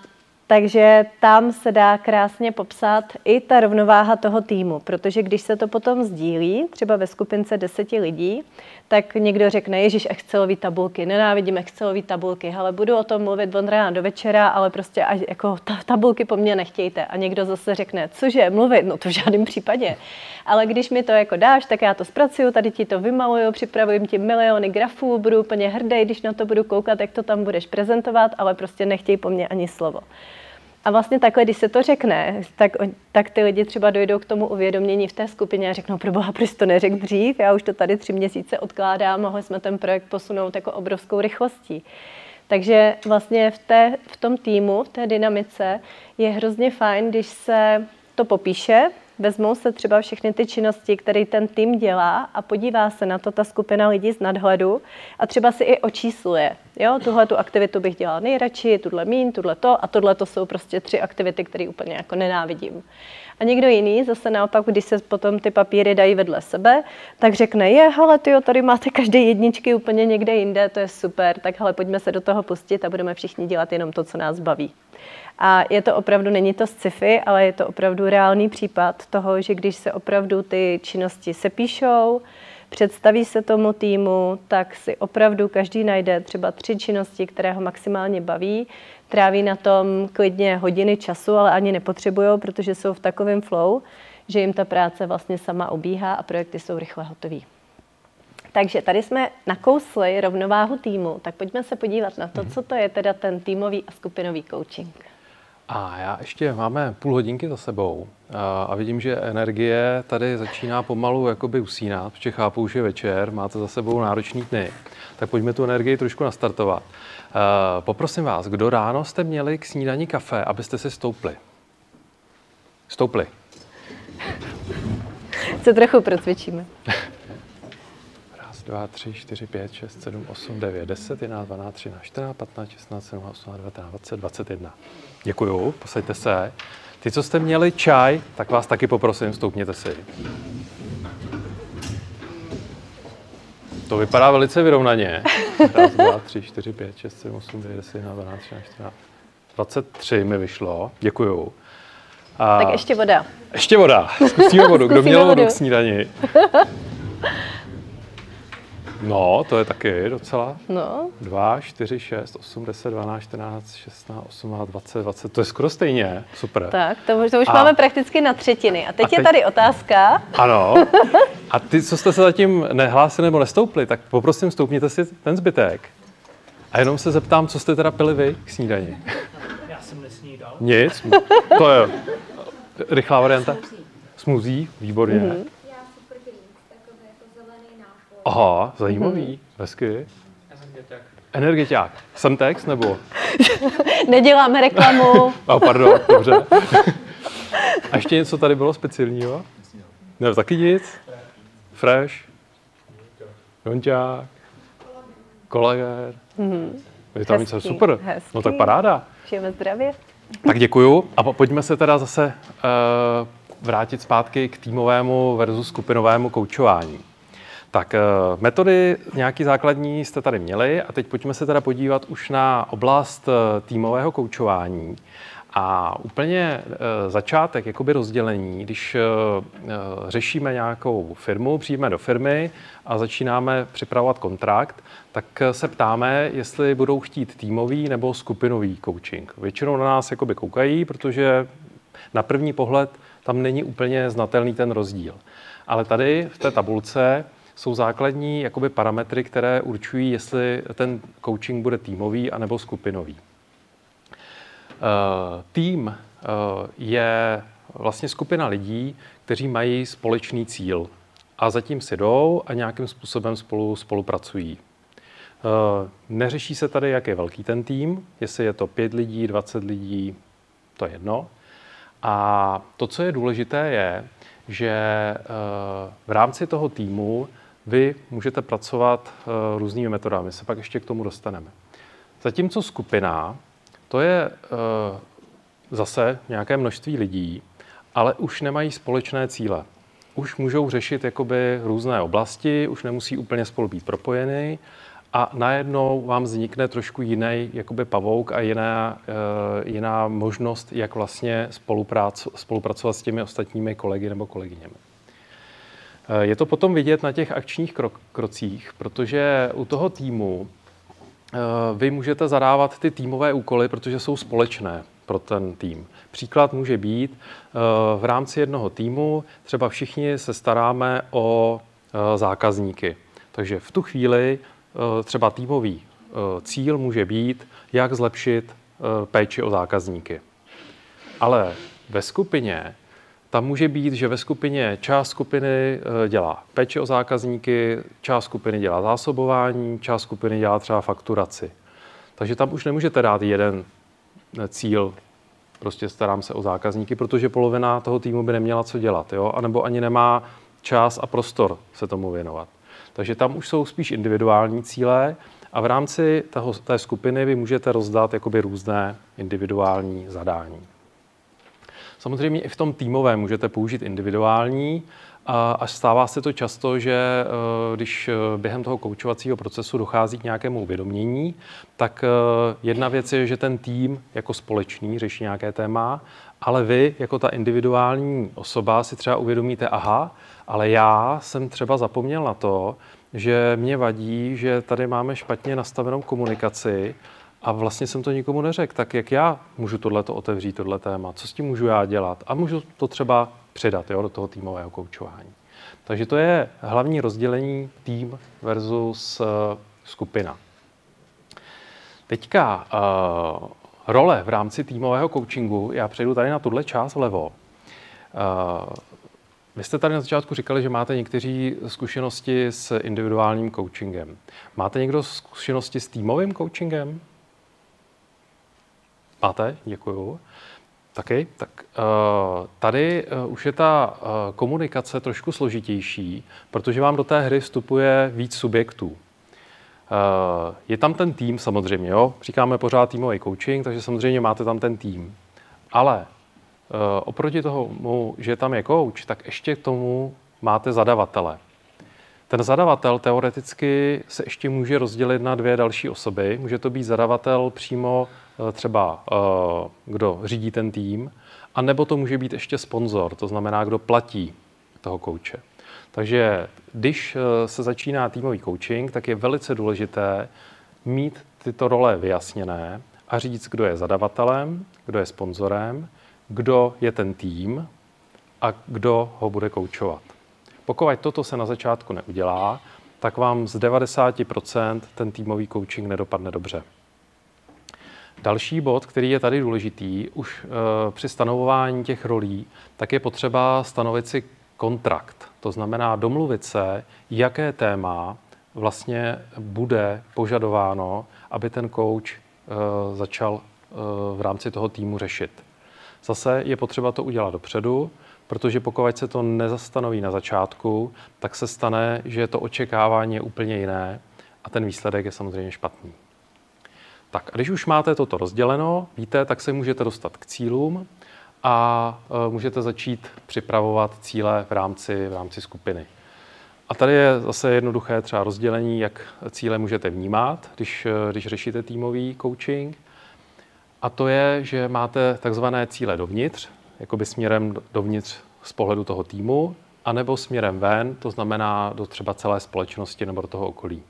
Takže tam se dá krásně popsat i ta rovnováha toho týmu, protože když se to potom sdílí, třeba ve skupince deseti lidí, tak někdo řekne, ježiš, Excelové tabulky, nenávidím Excelové tabulky, hele, budu o tom mluvit od rána do večera, ale prostě až, jako ta, tabulky po mně nechtějte. A někdo zase řekne, cože, mluvit, no to v žádném případě. Ale když mi to jako dáš, tak já to zpracuju, tady ti to vymaluju, připravuju ti miliony grafů, budu úplně hrdý, když na to budu koukat, jak to tam budeš prezentovat, ale prostě nechtěj po mně ani slovo. A vlastně takhle, když se to řekne, tak, tak ty lidi třeba dojdou k tomu uvědomění v té skupině a řeknou, proboha, proč to neřekl dřív, já už to tady tři měsíce odkládám, mohli jsme ten projekt posunout jako obrovskou rychlostí. Takže vlastně v, té, v tom týmu, v té dynamice je hrozně fajn, když se to popíše, vezmou se třeba všechny ty činnosti, které ten tým dělá a podívá se na to ta skupina lidí z nadhledu a třeba si i očísluje. Jo, tuhle tu aktivitu bych dělala nejradši, tuhle míň, tuhle to a tohle to jsou prostě tři aktivity, které úplně jako nenávidím. A někdo jiný zase naopak, když se potom ty papíry dají vedle sebe, tak řekne, je, hele, tyjo, tady máte každé jedničky úplně někde jinde, to je super, tak hele, pojďme se do toho pustit a budeme všichni dělat jenom to, co nás baví. A je to opravdu, není to sci-fi, ale je to opravdu reálný případ toho, že když se opravdu ty činnosti sepíšou, představí se tomu týmu, tak si opravdu každý najde třeba tři činnosti, které ho maximálně baví, tráví na tom klidně hodiny času, ale ani nepotřebujou, protože jsou v takovém flow, že jim ta práce vlastně sama ubíhá a projekty jsou rychle hotový. Takže tady jsme nakousli rovnováhu týmu, tak pojďme se podívat na to, co to je teda ten týmový a skupinový coaching. A já ještě máme půl hodinky za sebou a vidím, že energie tady začíná pomalu jakoby usínat, protože chápu, že je večer, máte za sebou náročný dny. Tak pojďme tu energii trošku nastartovat. Poprosím vás, kdo ráno jste měli k snídani kafe, abyste si stoupli? Stoupli. Co trochu procvičíme. Raz, dva, tři, čtyři, pět, šest, sedm, osm, devět, deset, jedenáct, dvanáct, třináct, čtrnáct, patnáct, šestnáct, sedmnáct, osmnáct, devatenáct, dvacet, dvacet jedna. Děkuju, posaďte se. Ty, co jste měli čaj, tak vás taky poprosím, stoupněte si. To vypadá velice vyrovnaně. Raz, dva, tři, čtyři, pět, šest, sedm, osm, devět, deset, jedenáct, dvanáct, třináct, čtrnáct, dvacet tři mi vyšlo. Děkuju. A tak ještě voda. Ještě voda. Zkusíme vodu. Kdo měl vodu k snídani? No, to je taky docela. No. dva, čtyři, šest, osm, deset, dvanáct, čtrnáct, šestnáct, osmnáct, dvacet, dvacet. To je skoro stejně. Super. Tak, to už, to už a, máme prakticky na třetiny. A teď, a teď je tady otázka. Ano. A ty, co jste se zatím nehlásili nebo nestoupli, tak poprosím, stoupněte si ten zbytek. A jenom se zeptám, co jste teda pili vy k snídani. Já jsem nesnídal. Nic. To je rychlá varianta. Smoothie, výborně. Mm-hmm. Aha, zajímavý, hmm. hezky. Energetiák. Energetiák. Semtex nebo? Neděláme reklamu. Oh, pardon, dobře. A ještě něco tady bylo speciálního? Ne, taky nic? Fresh? Jonťák? Kolager? Mm-hmm. Vitaminice, super. Hezký. No tak paráda. Žijeme zdravě. Tak děkuju. A pojďme se teda zase uh, vrátit zpátky k týmovému versus skupinovému koučování. Tak metody nějaký základní jste tady měli a teď pojďme se teda podívat už na oblast týmového koučování. A úplně začátek jakoby rozdělení, když řešíme nějakou firmu, přijdeme do firmy a začínáme připravovat kontrakt, tak se ptáme, jestli budou chtít týmový nebo skupinový coaching. Většinou na nás jakoby koukají, protože na první pohled tam není úplně znatelný ten rozdíl. Ale tady v té tabulce jsou základní jakoby parametry, které určují, jestli ten coaching bude týmový anebo skupinový. Tým je vlastně skupina lidí, kteří mají společný cíl a zatím si jdou a nějakým způsobem spolu spolupracují. Neřeší se tady, jak je velký ten tým, jestli je to pět lidí, dvacet lidí, to je jedno. A to, co je důležité, je, že v rámci toho týmu vy můžete pracovat uh, různými metodami, my se pak ještě k tomu dostaneme. Zatímco skupina, to je uh, zase nějaké množství lidí, ale už nemají společné cíle. Už můžou řešit jakoby různé oblasti, už nemusí úplně spolu být propojeny a najednou vám vznikne trošku jiný jakoby pavouk a jiná, uh, jiná možnost, jak vlastně spolupracovat s těmi ostatními kolegy nebo kolegyněmi. Uh, je to potom vidět na těch akčních krok, krocích, protože u toho týmu uh, vy můžete zadávat ty týmové úkoly, protože jsou společné pro ten tým. Příklad může být uh, v rámci jednoho týmu, třeba všichni se staráme o uh, zákazníky. Takže v tu chvíli třeba týmový cíl může být, jak zlepšit péči o zákazníky. Ale ve skupině, tam může být, že ve skupině část skupiny dělá péči o zákazníky, část skupiny dělá zásobování, část skupiny dělá třeba fakturaci. Takže tam už nemůžete dát jeden cíl, prostě starám se o zákazníky, protože polovina toho týmu by neměla co dělat, jo? A nebo ani nemá čas a prostor se tomu věnovat. Takže tam už jsou spíš individuální cíle a v rámci toho, té skupiny vy můžete rozdat jakoby různé individuální zadání. Samozřejmě i v tom týmovém můžete použít individuální a až stává se to často, že když během toho koučovacího procesu dochází k nějakému uvědomění, tak jedna věc je, že ten tým jako společný řeší nějaké téma, ale vy jako ta individuální osoba si třeba uvědomíte, aha, ale já jsem třeba zapomněl na to, že mě vadí, že tady máme špatně nastavenou komunikaci a vlastně jsem to nikomu neřekl. Tak jak já můžu tohleto otevřít, tohle téma? Co s tím můžu já dělat? A můžu to třeba předat, jo, do toho týmového koučování. Takže to je hlavní rozdělení tým versus uh, skupina. Teďka uh, role v rámci týmového coachingu, já přejdu tady na tuhle část vlevo. Uh, Vy jste tady na začátku říkali, že máte někteří zkušenosti s individuálním coachingem. Máte někdo zkušenosti s týmovým coachingem? Máte? Děkuju. Taky? Tak uh, tady uh, už je ta uh, komunikace trošku složitější, protože vám do té hry vstupuje víc subjektů. Uh, je tam ten tým samozřejmě, jo? Říkáme pořád týmový coaching, takže samozřejmě máte tam ten tým. Ale Uh, oproti tomu, že tam je coach, tak ještě k tomu máte zadavatele. Ten zadavatel teoreticky se ještě může rozdělit na dvě další osoby. Může to být zadavatel přímo uh, třeba, uh, kdo řídí ten tým, a nebo to může být ještě sponzor, to znamená, kdo platí toho kouče. Takže když uh, se začíná týmový coaching, tak je velice důležité mít tyto role vyjasněné a říct, kdo je zadavatelem, kdo je sponzorem, kdo je ten tým a kdo ho bude koučovat. Pokud toto se na začátku neudělá, tak vám z devadesát procent ten týmový coaching nedopadne dobře. Další bod, který je tady důležitý, už e, při stanovování těch rolí, tak je potřeba stanovit si kontrakt. To znamená domluvit se, jaké téma vlastně bude požadováno, aby ten coach e, začal e, v rámci toho týmu řešit. Zase je potřeba to udělat dopředu, protože pokud se to nezastanoví na začátku, tak se stane, že to očekávání je úplně jiné a ten výsledek je samozřejmě špatný. Tak a když už máte toto rozděleno, víte, tak se můžete dostat k cílům a e, můžete začít připravovat cíle v rámci, v rámci skupiny. A tady je zase jednoduché třeba rozdělení, jak cíle můžete vnímat, když, když řešíte týmový coaching. A to je, že máte takzvané cíle dovnitř, jakoby směrem dovnitř z pohledu toho týmu, anebo směrem ven, to znamená do třeba celé společnosti nebo do toho okolí.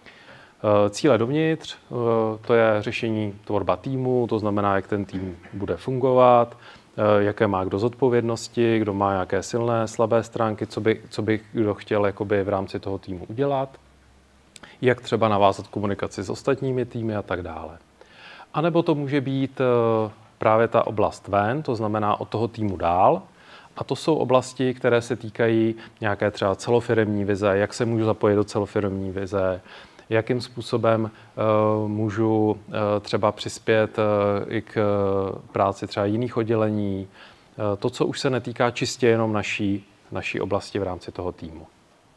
Cíle dovnitř, to je řešení tvorba týmu, to znamená, jak ten tým bude fungovat, jaké má kdo zodpovědnosti, kdo má nějaké silné, slabé stránky, co by, co by kdo chtěl jakoby v rámci toho týmu udělat, jak třeba navázat komunikaci s ostatními týmy a tak dále. A nebo to může být právě ta oblast ven, to znamená od toho týmu dál. A to jsou oblasti, které se týkají nějaké třeba celofiremní vize, jak se můžu zapojit do celofiremní vize, jakým způsobem uh, můžu uh, třeba přispět uh, i k uh, práci třeba jiných oddělení. Uh, to, co už se netýká čistě jenom naší, naší oblasti v rámci toho týmu.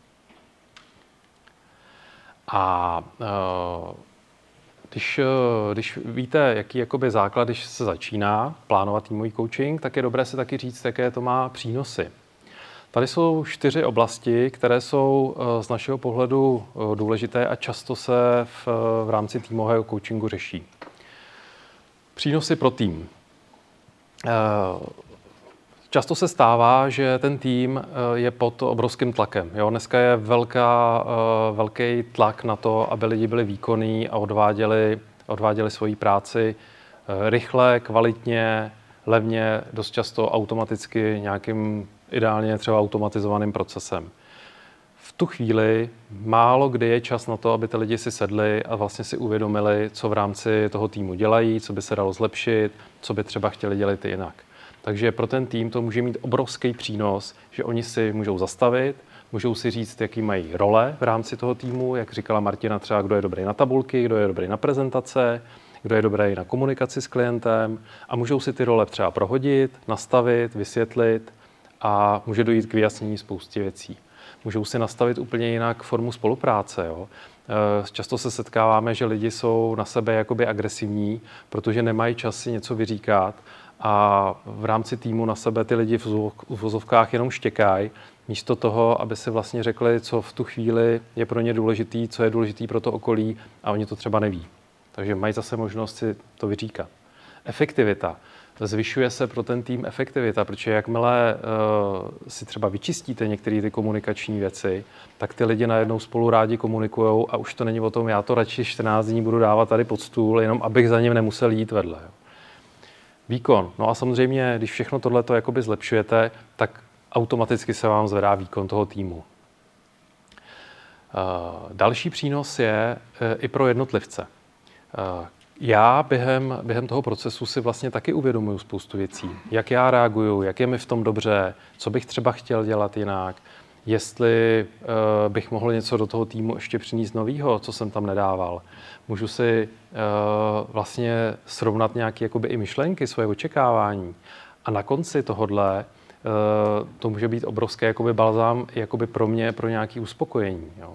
A uh, Když, když víte, jaký jakoby základ, když se začíná plánovat týmový coaching, tak je dobré si taky říct, jaké to má přínosy. Tady jsou čtyři oblasti, které jsou z našeho pohledu důležité a často se v, v rámci týmového coachingu řeší. Přínosy pro tým. Často se stává, že ten tým je pod obrovským tlakem. Jo? Dneska je velká, velký tlak na to, aby lidi byli výkonní a odváděli, odváděli svoji práci rychle, kvalitně, levně, dost často automaticky, nějakým ideálně třeba automatizovaným procesem. V tu chvíli málo kdy je čas na to, aby ty lidi si sedli a vlastně si uvědomili, co v rámci toho týmu dělají, co by se dalo zlepšit, co by třeba chtěli dělat jinak. Takže pro ten tým to může mít obrovský přínos, že oni si můžou zastavit, můžou si říct, jaký mají role v rámci toho týmu, jak říkala Martina, třeba kdo je dobrý na tabulky, kdo je dobrý na prezentace, kdo je dobrý na komunikaci s klientem a můžou si ty role třeba prohodit, nastavit, vysvětlit a může dojít k vyjasnění spousty věcí. Můžou si nastavit úplně jinak formu spolupráce. Jo? Často se setkáváme, že lidi jsou na sebe jakoby agresivní, protože nemají čas si něco vyříkat a v rámci týmu na sebe ty lidi v uvozovkách jenom štěkají, místo toho, aby si vlastně řekli, co v tu chvíli je pro ně důležitý, co je důležitý pro to okolí a oni to třeba neví. Takže mají zase možnost si to vyříkat. Efektivita. Zvyšuje se pro ten tým efektivita, protože jakmile uh, si třeba vyčistíte některé ty komunikační věci, tak ty lidi najednou spolu rádi komunikujou a už to není o tom, já to radši čtrnáct dní budu dávat tady pod stůl, jenom abych za ním nemusel jít vedle. Jo. Výkon. No a samozřejmě, když všechno tohleto jakoby zlepšujete, tak automaticky se vám zvedá výkon toho týmu. Uh, další přínos je uh, i pro jednotlivce. Uh, Já během, během toho procesu si vlastně taky uvědomuju spoustu věcí. Jak já reaguju, jak je mi v tom dobře, co bych třeba chtěl dělat jinak, jestli uh, bych mohl něco do toho týmu ještě přinést novýho, co jsem tam nedával. Můžu si uh, vlastně srovnat nějaké jakoby i myšlenky, svoje očekávání. A na konci tohodle uh, to může být obrovský jakoby balzám jakoby pro mě, pro nějaké uspokojení. Jo.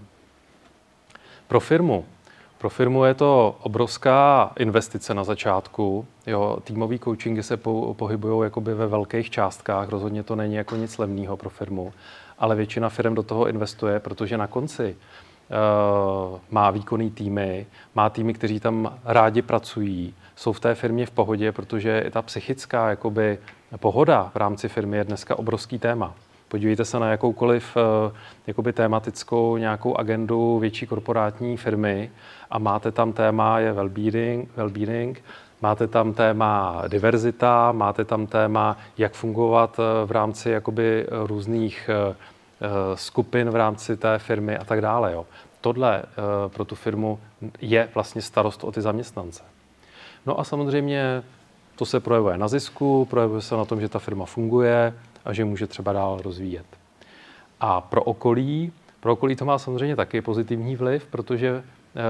Pro firmu. Pro firmu je to obrovská investice na začátku. Jo, týmový coachingy se po, pohybují jakoby ve velkých částkách, rozhodně to není jako nic levného pro firmu, ale většina firm do toho investuje, protože na konci uh, má výkonný týmy, má týmy, kteří tam rádi pracují, jsou v té firmě v pohodě, protože i ta psychická jakoby, pohoda v rámci firmy je dneska obrovský téma. Podívejte se na jakoukoliv jakoby tématickou nějakou agendu větší korporátní firmy a máte tam téma je well-being, well-being, máte tam téma diverzita, máte tam téma, jak fungovat v rámci jakoby různých skupin v rámci té firmy a tak dále. Jo. Tohle pro tu firmu je vlastně starost o ty zaměstnance. No a samozřejmě to se projevuje na zisku, projevuje se na tom, že ta firma funguje a že může třeba dál rozvíjet. A pro okolí, pro okolí to má samozřejmě taky pozitivní vliv, protože e,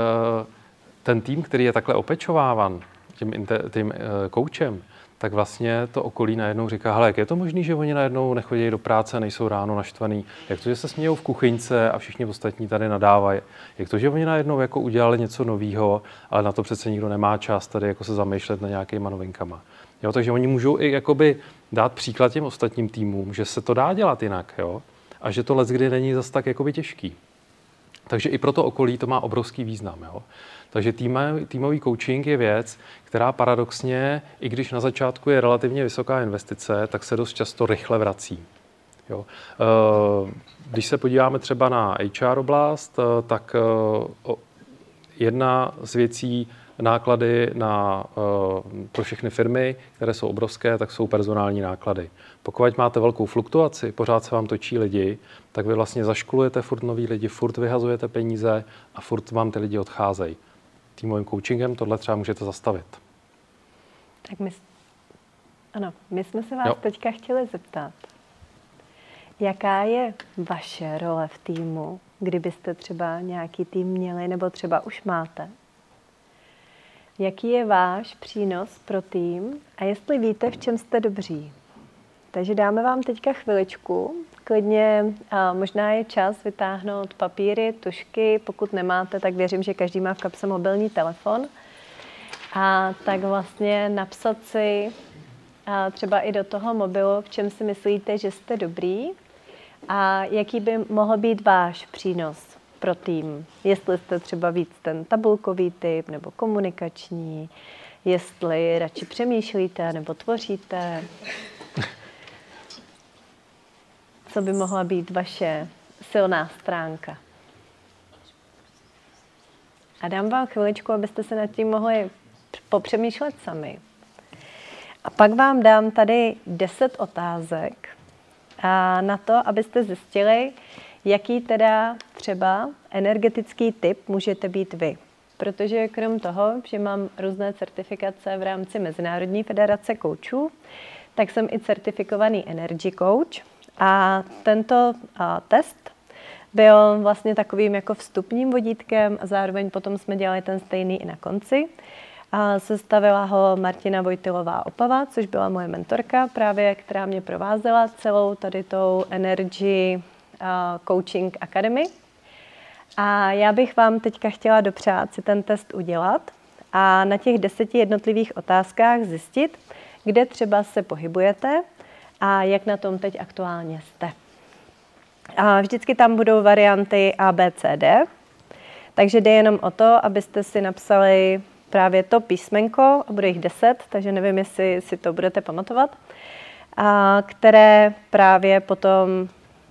ten tým, který je takhle opečováván tím, tím e, koučem, tak vlastně to okolí najednou říká, hele, jak je to možné, že oni najednou nechodí do práce, nejsou ráno naštvaný, jak to, že se smějou v kuchyňce a všichni ostatní tady nadávají, jak to, že oni najednou jako udělali něco novýho, ale na to přece nikdo nemá čas tady jako se zamýšlet na nějakýma novinkama. Jo, takže oni můžou i jakoby dát příklad těm ostatním týmům, že se to dá dělat jinak, jo, a že to leckdy není zas tak jakoby těžký. Takže i pro to okolí to má obrovský význam. Jo. Takže týmový, týmový coaching je věc, která paradoxně, i když na začátku je relativně vysoká investice, tak se dost často rychle vrací. Jo. Když se podíváme třeba na H R oblast, tak jedna z věcí, náklady na, pro všechny firmy, které jsou obrovské, tak jsou personální náklady. Pokud máte velkou fluktuaci, pořád se vám točí lidi, tak vy vlastně zaškolujete furt nový lidi, furt vyhazujete peníze a furt vám ty lidi odcházejí. Týmovým coachingem tohle třeba můžete zastavit. Tak my, ano, my jsme se vás jo. teďka chtěli zeptat, jaká je vaše role v týmu, kdybyste třeba nějaký tým měli, nebo třeba už máte? Jaký je váš přínos pro tým a jestli víte, v čem jste dobří? Takže dáme vám teďka chviličku. Klidně a možná je čas vytáhnout papíry, tužky. Pokud nemáte, tak věřím, že každý má v kapse mobilní telefon. A tak vlastně napsat si a třeba i do toho mobilu, v čem si myslíte, že jste dobrý. A jaký by mohl být váš přínos pro tým? Jestli jste třeba víc ten tabulkový typ nebo komunikační, jestli radši přemýšlíte nebo tvoříte. Co by mohla být vaše silná stránka? A dám vám chviličku, abyste se nad tím mohli popřemýšlet sami. A pak vám dám tady deset otázek a na to, abyste zjistili, jaký teda třeba energetický typ můžete být vy. Protože krom toho, že mám různé certifikace v rámci Mezinárodní federace koučů, tak jsem i certifikovaný energy coach a tento a, test byl vlastně takovým jako vstupním vodítkem a zároveň potom jsme dělali ten stejný i na konci. A sestavila ho Martina Vojtilová Opava, což byla moje mentorka právě, která mě provázela celou tady tou Energy Coaching Academy. A já bych vám teďka chtěla dopřát si ten test udělat a na těch deseti jednotlivých otázkách zjistit, kde třeba se pohybujete a jak na tom teď aktuálně jste. A vždycky tam budou varianty A, B, C, D, takže jde jenom o to, abyste si napsali právě to písmenko, a bude jich deset, takže nevím, jestli si to budete pamatovat, a které právě potom,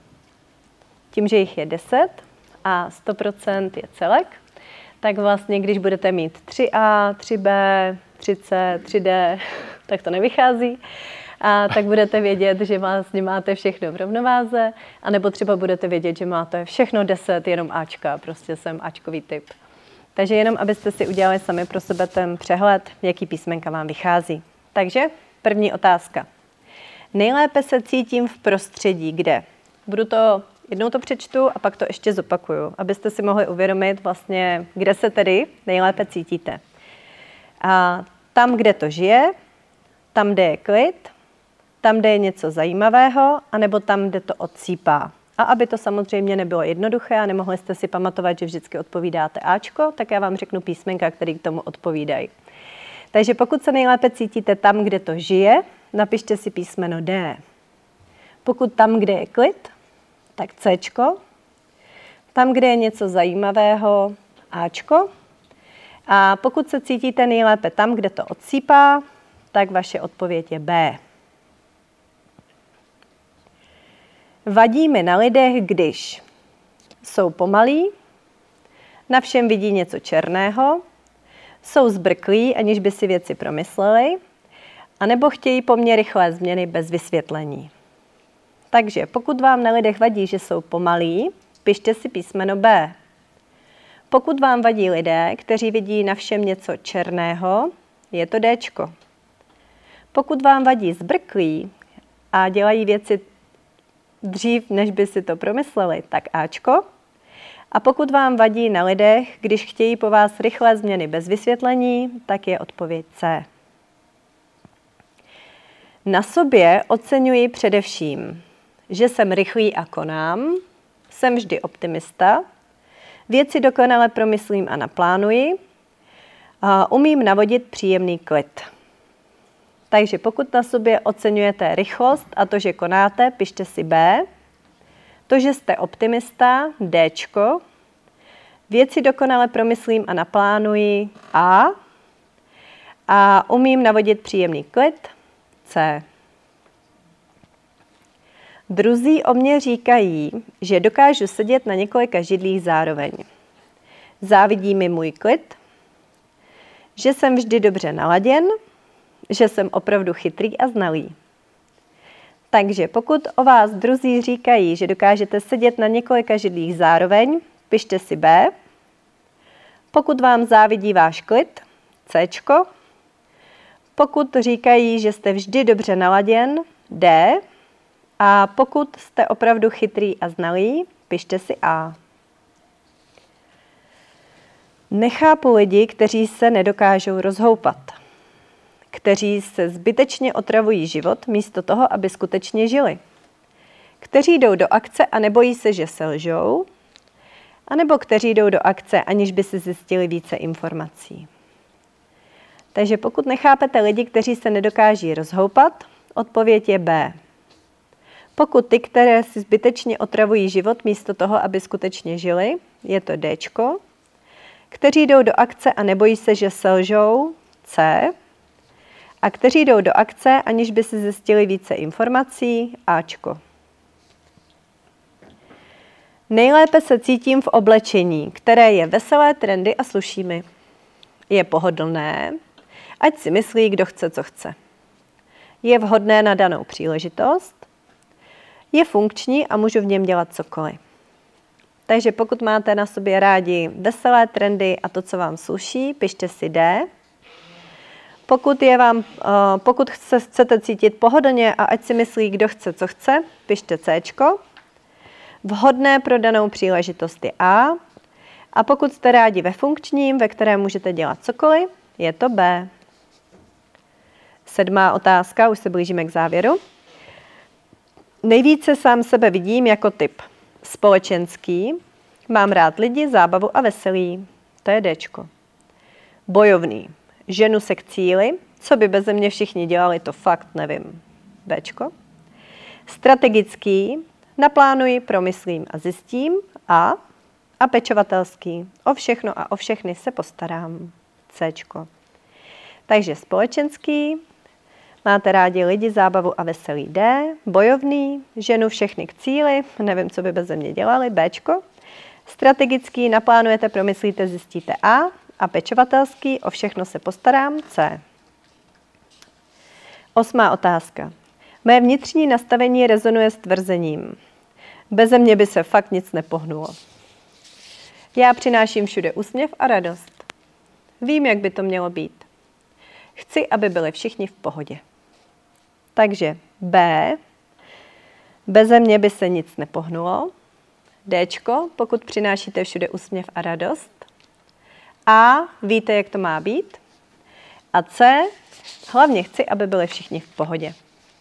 tím, že jich je deset a sto procent je celek, tak vlastně, když budete mít tři A, tři B, tři C, tři D, tak to nevychází, a tak budete vědět, že vlastně máte všechno v rovnováze, anebo třeba budete vědět, že máte všechno deset, jenom Ačka, prostě jsem Ačkový typ. Takže jenom, abyste si udělali sami pro sebe ten přehled, jaký písmenka vám vychází. Takže první otázka. Nejlépe se cítím v prostředí, kde? Budu to, jednou to přečtu a pak to ještě zopakuju, abyste si mohli uvědomit vlastně, kde se tedy nejlépe cítíte. A tam, kde to žije, tam, kde je klid, tam, kde je něco zajímavého, anebo tam, kde to odsýpá. A aby to samozřejmě nebylo jednoduché a nemohli jste si pamatovat, že vždycky odpovídáte Ačko, tak já vám řeknu písmenka, které k tomu odpovídají. Takže pokud se nejlépe cítíte tam, kde to žije, napište si písmeno D. Pokud tam, kde je klid, tak Cčko. Tam, kde je něco zajímavého, Ačko. A pokud se cítíte nejlépe tam, kde to odsýpá, tak vaše odpověď je B. Vadí mi na lidech, když jsou pomalí, na všem vidí něco černého, jsou zbrklí, aniž by si věci promysleli, anebo chtějí po mně rychlé změny bez vysvětlení. Takže pokud vám na lidech vadí, že jsou pomalí, pište si písmeno B. Pokud vám vadí lidé, kteří vidí na všem něco černého, je to Dčko. Pokud vám vadí zbrklí a dělají věci dřív, než by si to promysleli, tak Ačko. A pokud vám vadí na lidech, když chtějí po vás rychlé změny bez vysvětlení, tak je odpověď C. Na sobě oceňuji především, že jsem rychlý a konám, jsem vždy optimista, věci dokonale promyslím a naplánuji, a umím navodit příjemný klid. Takže pokud na sobě oceňujete rychlost a to, že konáte, pište si B. To, že jste optimista, Dčko. Věci dokonale promyslím a naplánuji, A. A umím navodit příjemný klid, C. Druzí o mě říkají, že dokážu sedět na několika židlích zároveň. Závidí mi můj klid, že jsem vždy dobře naladěn, že jsem opravdu chytrý a znalý. Takže pokud o vás druzí říkají, že dokážete sedět na několika židlích zároveň, pište si B. Pokud vám závidí váš klid, Cčko. Pokud říkají, že jste vždy dobře naladěn, D. A pokud jste opravdu chytrý a znalý, pište si A. Nechápu lidi, kteří se nedokážou rozhoupat, kteří se zbytečně otravují život místo toho, aby skutečně žili, kteří jdou do akce a nebojí se, že selžou, anebo kteří jdou do akce, aniž by si zjistili více informací. Takže pokud nechápete lidi, kteří se nedokáží rozhoupat, odpověď je B. Pokud ty, které si zbytečně otravují život místo toho, aby skutečně žili, je to Dčko. Kteří jdou do akce a nebojí se, že selžou, C. A kteří jdou do akce, aniž by si zjistili více informací, Ačko. Nejlépe se cítím v oblečení, které je veselé, trendy a sluší mi. Je pohodlné, ať si myslí, kdo chce, co chce. Je vhodné na danou příležitost. Je funkční a můžu v něm dělat cokoliv. Takže pokud máte na sobě rádi veselé trendy a to, co vám sluší, pište si D. Pokud, je vám, pokud chcete cítit pohodlně a ať si myslí, kdo chce, co chce, pište C. Vhodné pro danou příležitost je A. A pokud jste rádi ve funkčním, ve kterém můžete dělat cokoliv, je to B. Sedmá otázka, už se blížíme k závěru. Nejvíce sám sebe vidím jako typ společenský, mám rád lidi, zábavu a veselí, to je Dčko. Bojovný, ženu se k cíli, co by beze mě všichni dělali, to fakt nevím, Bčko. Strategický, naplánuji, promyslím a zjistím, A. A pečovatelský, o všechno a o všechny se postarám, Cčko. Takže společenský, máte rádi lidi, zábavu a veselý, D. Bojovný, ženu všechny k cíli, nevím, co by beze mě dělali, Bčko. Strategický, naplánujete, promyslíte, zjistíte, A. A pečovatelský, o všechno se postarám, C. Osmá otázka. Mé vnitřní nastavení rezonuje s tvrzením. Beze mě by se fakt nic nepohnulo. Já přináším všude úsměv a radost. Vím, jak by to mělo být. Chci, aby byli všichni v pohodě. Takže B. Beze mě by se nic nepohnulo. Dčko, pokud přinášíte všude úsměv a radost. A. Víte, jak to má být. A C. Hlavně chci, aby byli všichni v pohodě.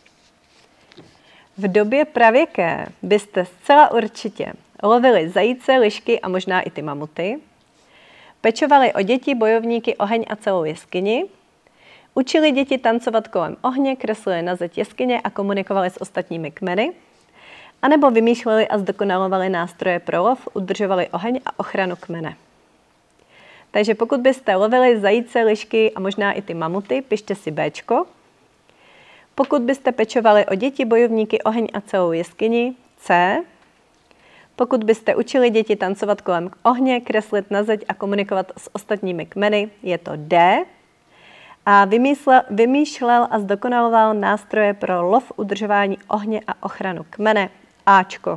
V době pravěké byste zcela určitě lovili zajíce, lišky a možná i ty mamuty, pečovali o děti, bojovníky, oheň a celou jeskyni, učili děti tancovat kolem ohně, kreslili na zeď jeskyně a komunikovali s ostatními kmeny, anebo vymýšleli a zdokonalovali nástroje pro lov, udržovali oheň a ochranu kmene. Takže pokud byste lovili zajíce, lišky a možná i ty mamuty, pište si Bčko. Pokud byste pečovali o děti, bojovníky, oheň a celou jeskyni, C. Pokud byste učili děti tancovat kolem ohně, kreslit na zeď a komunikovat s ostatními kmeny, je to D. A vymýšlel, vymýšlel a zdokonaloval nástroje pro lov, udržování ohně a ochranu kmene, Ačko.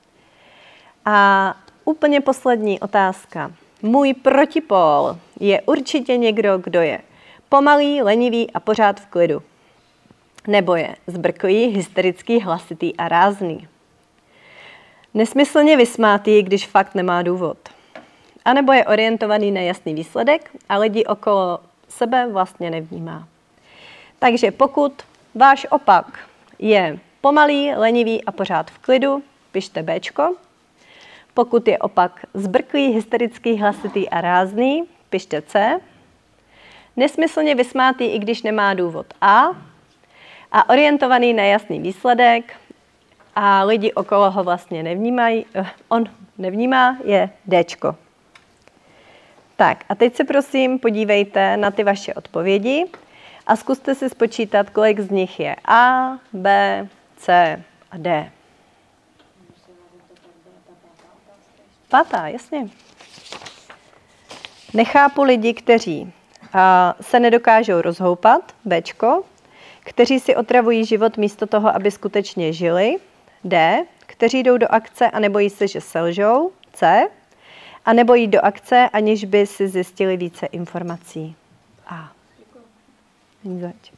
A úplně poslední otázka. Můj protipól je určitě někdo, kdo je pomalý, lenivý a pořád v klidu. Nebo je zbrklý, hysterický, hlasitý a rázný. Nesmyslně vysmátý, když fakt nemá důvod. A nebo je orientovaný na jasný výsledek a lidi okolo sebe vlastně nevnímá. Takže pokud váš opak je pomalý, lenivý a pořád v klidu, pište Bčko. Pokud je opak zbrklý, hysterický, hlasitý a rázný, pište C. Nesmyslně vysmátý, i když nemá důvod, A. A orientovaný na jasný výsledek a lidi okolo ho vlastně nevnímají, on nevnímá, je Dčko. Tak a teď se prosím podívejte na ty vaše odpovědi a zkuste si spočítat, kolik z nich je A, B, C a D. Pátá, jasně. Nechápu lidi, kteří a, se nedokážou rozhoupat, Bčko, kteří si otravují život místo toho, aby skutečně žili, D, kteří jdou do akce a nebojí se, že selžou, C, a nebojí do akce, aniž by si zjistili více informací, A. Zač.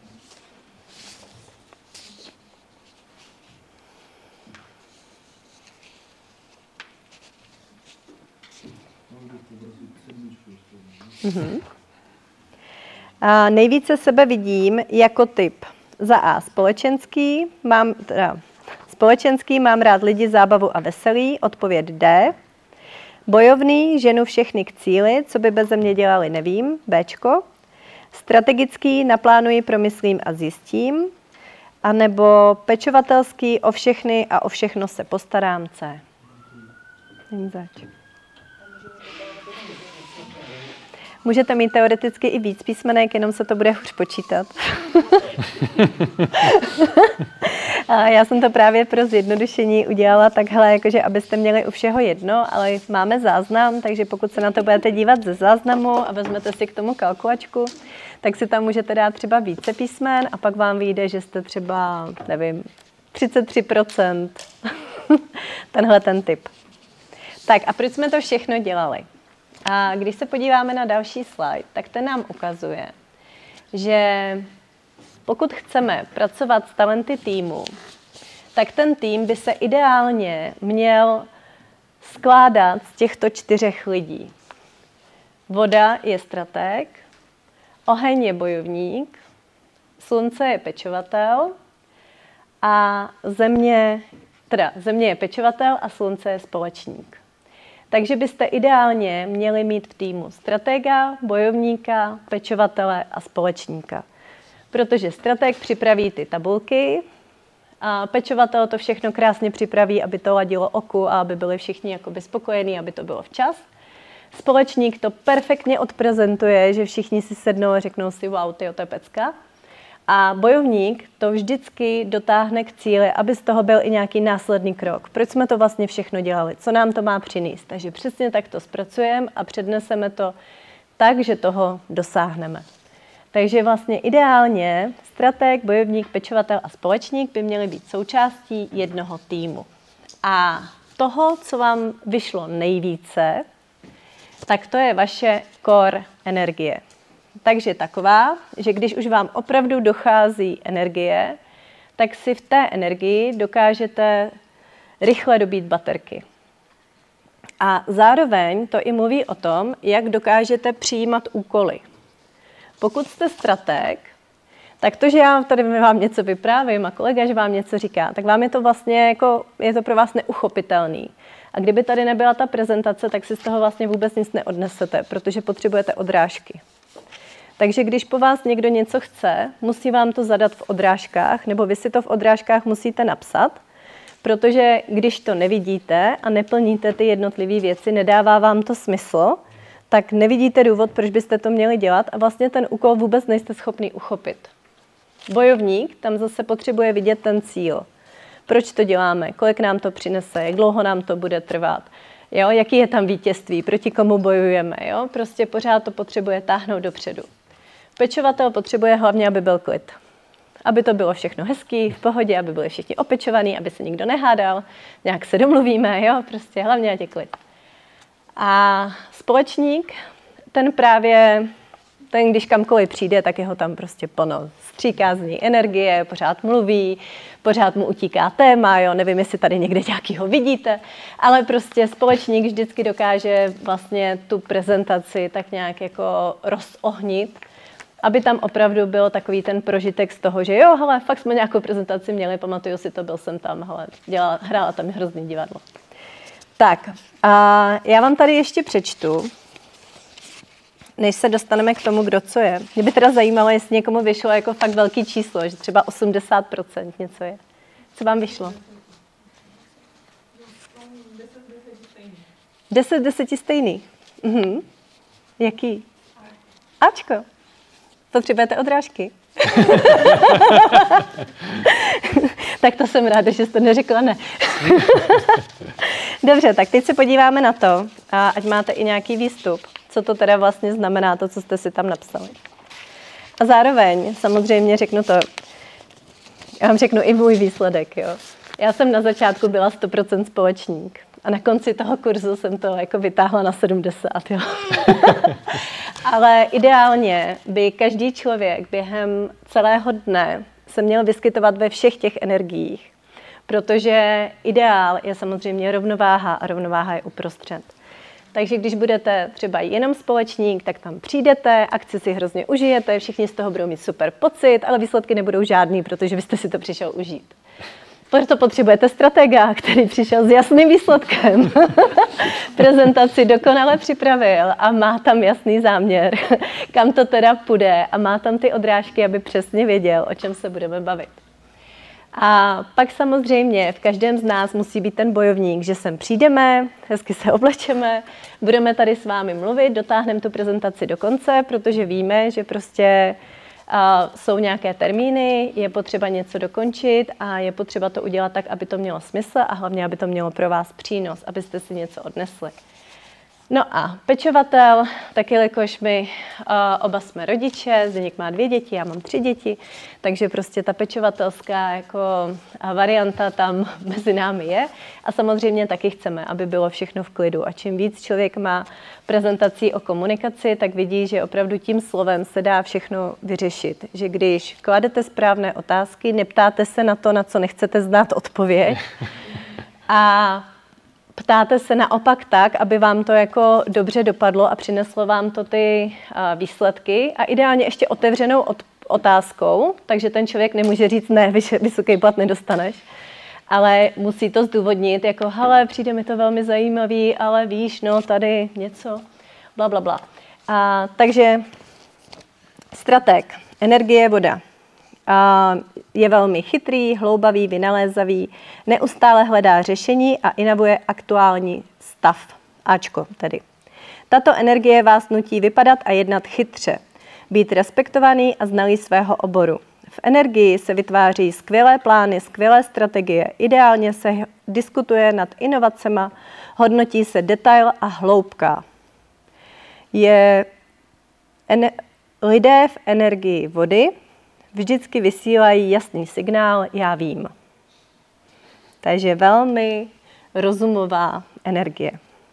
Mhm. A nejvíce sebe vidím jako typ za A společenský, mám, teda, společenský, mám rád lidi, zábavu a veselí, odpověď D. Bojovný, ženu všechny k cíli, co by beze mě dělali, nevím, Bčko. Strategický, naplánuji, promyslím a zjistím. A nebo pečovatelský, o všechny a o všechno se postarám C. Není zač. Můžete mít teoreticky i víc písmenek, jenom se to bude hůř počítat. A já jsem to právě pro zjednodušení udělala takhle, jakože abyste měli u všeho jedno, ale máme záznam, takže pokud se na to budete dívat ze záznamu a vezmete si k tomu kalkulačku, tak si tam můžete dát třeba více písmen a pak vám vyjde, že jste třeba, nevím, třicet tři procent tenhle ten typ. Tak a proč jsme to všechno dělali? A když se podíváme na další slide, tak ten nám ukazuje, že pokud chceme pracovat s talenty týmu, tak ten tým by se ideálně měl skládat z těchto čtyřech lidí. Voda je stratég, oheň je bojovník, slunce je pečovatel a země, teda země je pečovatel a slunce je společník. Takže byste ideálně měli mít v týmu stratega, bojovníka, pečovatele a společníka. Protože strateg připraví ty tabulky a pečovatel to všechno krásně připraví, aby to ladilo oku a aby byli všichni jakoby spokojení, aby to bylo včas. Společník to perfektně odprezentuje, že všichni si sednou a řeknou si wow, tyjo, to je pecka. A bojovník to vždycky dotáhne k cíli, aby z toho byl i nějaký následný krok. Proč jsme to vlastně všechno dělali? Co nám to má přinést? Takže přesně tak to zpracujeme a předneseme to tak, že toho dosáhneme. Takže vlastně ideálně stratég, bojovník, pečovatel a společník by měli být součástí jednoho týmu. A toho, co vám vyšlo nejvíce, tak to je vaše core energie. Takže taková, že když už vám opravdu dochází energie, tak si v té energii dokážete rychle dobít baterky. A zároveň to i mluví o tom, jak dokážete přijímat úkoly. Pokud jste stratég, tak to, že já tady vám něco vyprávím a kolega, že vám něco říká, tak vám je to vlastně jako, je to pro vás neuchopitelný. A kdyby tady nebyla ta prezentace, tak si z toho vlastně vůbec nic neodnesete, protože potřebujete odrážky. Takže když po vás někdo něco chce, musí vám to zadat v odrážkách, nebo vy si to v odrážkách musíte napsat, protože když to nevidíte a neplníte ty jednotlivé věci, nedává vám to smysl, tak nevidíte důvod, proč byste to měli dělat a vlastně ten úkol vůbec nejste schopný uchopit. Bojovník tam zase potřebuje vidět ten cíl. Proč to děláme, kolik nám to přinese, jak dlouho nám to bude trvat, jo? Jaký je tam vítězství, proti komu bojujeme. Jo? Prostě pořád to potřebuje táhnout dopředu. Pečovatel potřebuje hlavně, aby byl klid. Aby to bylo všechno hezký, v pohodě, aby byli všichni opečovaní, aby se nikdo nehádal, nějak se domluvíme, jo? Prostě hlavně ať je klid. A společník, ten právě, ten když kamkoliv přijde, tak jeho tam prostě plno. Stříká z něj energie, pořád mluví, pořád mu utíká téma, jo, nevím, jestli tady někde nějakýho vidíte, ale prostě společník vždycky dokáže vlastně tu prezentaci tak nějak jako rozohnit, aby tam opravdu byl takový ten prožitek z toho, že jo, hele, fakt jsme nějakou prezentaci měli, pamatuju si to, byl jsem tam, hele, dělala, hrála tam hrozný divadlo. Tak, a já vám tady ještě přečtu, než se dostaneme k tomu, kdo co je. Mě by teda zajímalo, jestli někomu vyšlo jako fakt velký číslo, že třeba osmdesát procent něco je. Co vám vyšlo? deset deseti stejný. Mhm. Jaký? Ačko. Potřebujete odrážky? Tak to jsem ráda, že jste neřekla ne. Dobře, tak teď se podíváme na to, a ať máte i nějaký výstup, co to teda vlastně znamená, to, co jste si tam napsali. A zároveň samozřejmě řeknu to, já vám řeknu i můj výsledek. Jo. Já jsem na začátku byla sto procent společník a na konci toho kurzu jsem to jako vytáhla na sedmdesát. Jo. Ale ideálně by každý člověk během celého dne se měl vyskytovat ve všech těch energiích, protože ideál je samozřejmě rovnováha a rovnováha je uprostřed. Takže když budete třeba jenom společník, tak tam přijdete, akci si hrozně užijete, všichni z toho budou mít super pocit, ale výsledky nebudou žádný, protože vy jste si to přišel užít. Proto potřebujete stratega, který přišel s jasným výsledkem. Prezentaci dokonale připravil a má tam jasný záměr, kam to teda půjde a má tam ty odrážky, aby přesně věděl, o čem se budeme bavit. A pak samozřejmě v každém z nás musí být ten bojovník, že sem přijdeme, hezky se oblečeme, budeme tady s vámi mluvit, dotáhneme tu prezentaci do konce, protože víme, že prostě uh, jsou nějaké termíny, je potřeba něco dokončit a je potřeba to udělat tak, aby to mělo smysl a hlavně, aby to mělo pro vás přínos, abyste si něco odnesli. No a pečovatel, tak jelikož my uh, oba jsme rodiče, Zdeněk má dvě děti, já mám tři děti, takže prostě ta pečovatelská jako varianta tam mezi námi je. A samozřejmě taky chceme, aby bylo všechno v klidu. A čím víc člověk má prezentací o komunikaci, tak vidí, že opravdu tím slovem se dá všechno vyřešit. Že když kladete správné otázky, neptáte se na to, na co nechcete znát odpověď. A ptáte se naopak tak, aby vám to jako dobře dopadlo a přineslo vám to ty uh, výsledky a ideálně ještě otevřenou od, otázkou, takže ten člověk nemůže říct, ne, vysoký plat nedostaneš, ale musí to zdůvodnit jako, hele, přijde mi to velmi zajímavý, ale víš, no tady něco, bla, bla, bla. A, takže strateg, energie, voda. A je velmi chytrý, hloubavý, vynalézavý, neustále hledá řešení a inovuje aktuální stav. Ačko tedy. Tato energie vás nutí vypadat a jednat chytře, být respektovaný a znalý svého oboru. V energii se vytváří skvělé plány, skvělé strategie, ideálně se diskutuje nad inovacema, hodnotí se detail a hloubka. Je ene- lidé v energii vody vždycky vysílají jasný signál, já vím. Takže velmi rozumová energie.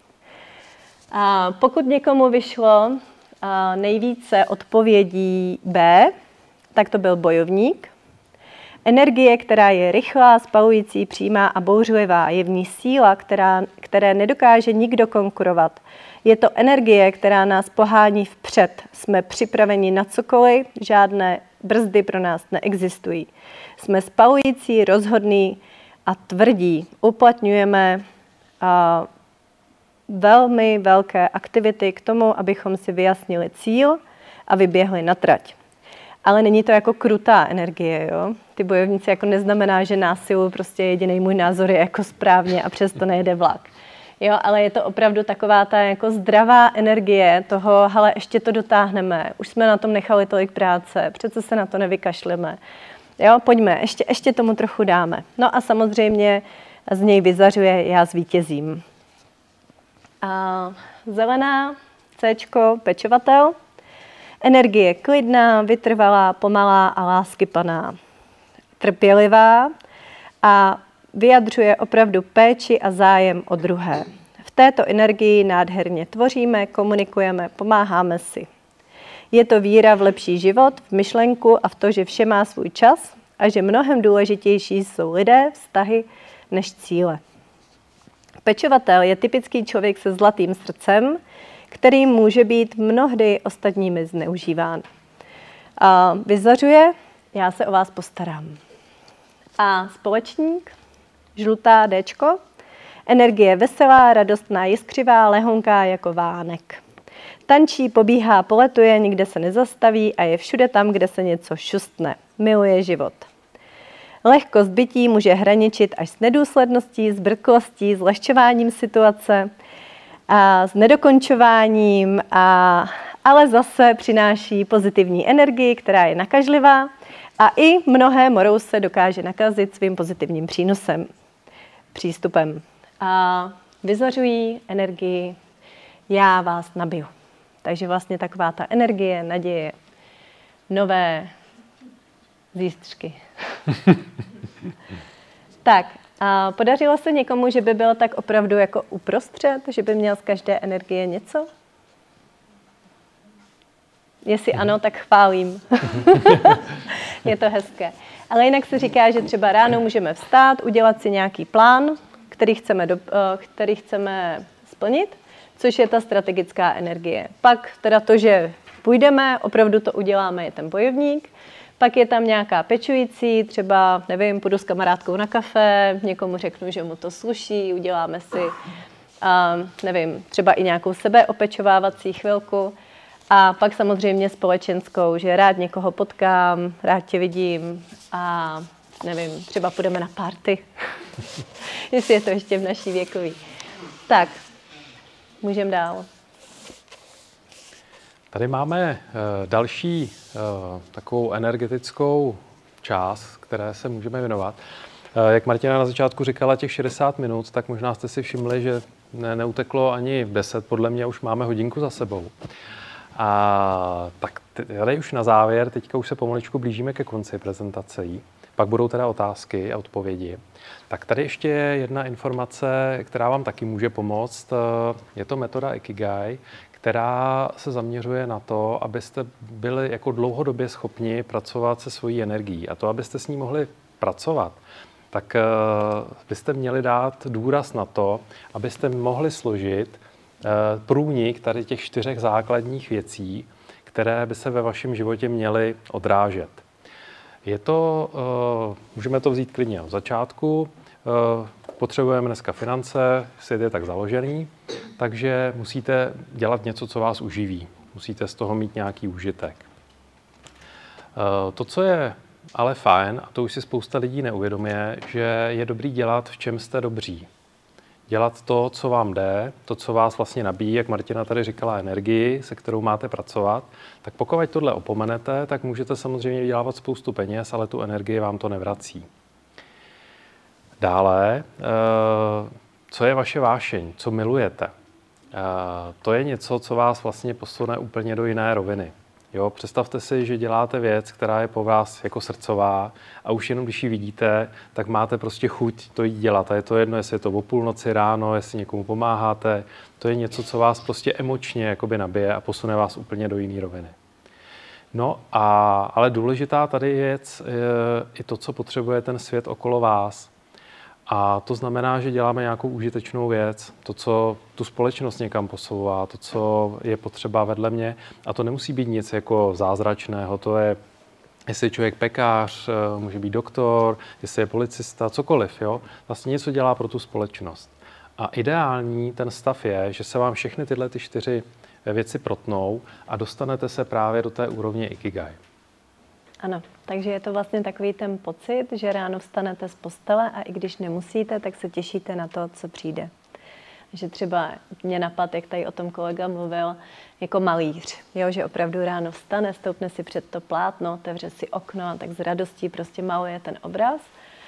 A pokud někomu vyšlo nejvíce odpovědí B, tak to byl bojovník. Energie, která je rychlá, spalující, přímá a bouřlivá, je v ní síla, která, které nedokáže nikdo konkurovat. Je to energie, která nás pohání vpřed. Jsme připraveni na cokoliv, žádné brzdy pro nás neexistují. Jsme spalující, rozhodní a tvrdí. Uplatňujeme a, velmi velké aktivity k tomu, abychom si vyjasnili cíl a vyběhli na trať. Ale není to jako krutá energie, jo? Ty bojovníci jako neznamená, že násilu prostě jediný můj názor je jako správně a přesto nejede vlak. Jo, ale je to opravdu taková ta jako zdravá energie toho, hele, ještě to dotáhneme, už jsme na tom nechali tolik práce, přece se na to nevykašleme. Jo, pojďme, ještě, ještě tomu trochu dáme. No a samozřejmě z něj vyzařuje, já zvítězím. A zelená, Cčko, pečovatel. Energie klidná, vytrvalá, pomalá a láskyplná. Trpělivá a vyjadřuje opravdu péči a zájem o druhé. V této energii nádherně tvoříme, komunikujeme, pomáháme si. Je to víra v lepší život, v myšlenku a v to, že vše má svůj čas a že mnohem důležitější jsou lidé, vztahy než cíle. Pečovatel je typický člověk se zlatým srdcem, který může být mnohdy ostatními zneužíván. A vyzařuje, já se o vás postarám. A společník, žlutá Dčko, energie veselá, radostná, jiskřivá, lehonká jako vánek. Tančí, pobíhá, poletuje, nikde se nezastaví a je všude tam, kde se něco šustne. Miluje život. Lehkost bytí může hraničit až s nedůsledností, s brklostí, s lehčováním situace, a s nedokončováním, a, ale zase přináší pozitivní energii, která je nakažlivá a i mnohé morou se dokáže nakazit svým pozitivním přínosem, přístupem. A vyzařují energii, já vás nabiju. Takže vlastně taková ta energie, naděje, nové zítřky. Tak, a podařilo se někomu, že by byl tak opravdu jako uprostřed, že by měl z každé energie něco? Jestli ano, tak chválím. Je to hezké. Ale jinak se říká, že třeba ráno můžeme vstát, udělat si nějaký plán, který chceme, do, který chceme splnit, což je ta strategická energie. Pak teda to, že půjdeme, opravdu to uděláme, je ten bojovník. Pak je tam nějaká pečující, třeba, nevím, půjdu s kamarádkou na kafe, někomu řeknu, že mu to sluší, uděláme si, a, nevím, třeba i nějakou sebeopečovávací chvilku. A pak samozřejmě společenskou, že rád někoho potkám, rád tě vidím a nevím, třeba půjdeme na party, jestli je to ještě v naší věkový. Tak, můžeme dál. Tady máme uh, další uh, takovou energetickou část, které se můžeme věnovat. Uh, jak Martina na začátku říkala, těch šedesát minut, tak možná jste si všimli, že ne, neuteklo ani deset, podle mě už máme hodinku za sebou. A tak tady už na závěr, teďka už se pomaličku blížíme ke konci prezentací, pak budou teda otázky a odpovědi. Tak tady ještě je jedna informace, která vám taky může pomoct. Je to metoda Ikigai, která se zaměřuje na to, abyste byli jako dlouhodobě schopni pracovat se svojí energií. A to, abyste s ní mohli pracovat, tak byste měli dát důraz na to, abyste mohli složit průnik tady těch čtyřech základních věcí, které by se ve vašem životě měly odrážet. Je to, můžeme to vzít klidně od začátku, potřebujeme dneska finance, svět je tak založený, takže musíte dělat něco, co vás uživí. Musíte z toho mít nějaký užitek. To, co je ale fajn, a to už si spousta lidí neuvědomuje, že je dobrý dělat, v čem jste dobří. Dělat to, co vám jde, to, co vás vlastně nabíjí, jak Martina tady říkala, energii, se kterou máte pracovat, tak pokud tohle opomenete, tak můžete samozřejmě vydělávat spoustu peněz, ale tu energii vám to nevrací. Dále, co je vaše vášeň, co milujete? To je něco, co vás vlastně posune úplně do jiné roviny. Jo, představte si, že děláte věc, která je po vás jako srdcová a už jenom když ji vidíte, tak máte prostě chuť to jít dělat. A je to jedno, jestli je to o půlnoci ráno, jestli někomu pomáháte. To je něco, co vás prostě emočně jakoby nabije a posune vás úplně do jiné roviny. No a, ale důležitá tady je, je i to, co potřebuje ten svět okolo vás. A to znamená, že děláme nějakou užitečnou věc, to, co tu společnost někam posouvá, to, co je potřeba vedle mě. A to nemusí být nic jako zázračného, to je, jestli je člověk pekář, může být doktor, jestli je policista, cokoliv, jo. Vlastně něco dělá pro tu společnost. A ideální ten stav je, že se vám všechny tyhle ty čtyři věci protnou a dostanete se právě do té úrovně Ikigai. Ano, takže je to vlastně takový ten pocit, že ráno vstanete z postele a i když nemusíte, tak se těšíte na to, co přijde. Že třeba mě napadl, jak tady o tom kolega mluvil, jako malíř, jo, že opravdu ráno vstane, stoupne si před to plátno, otevře si okno a tak s radostí prostě maluje ten obraz.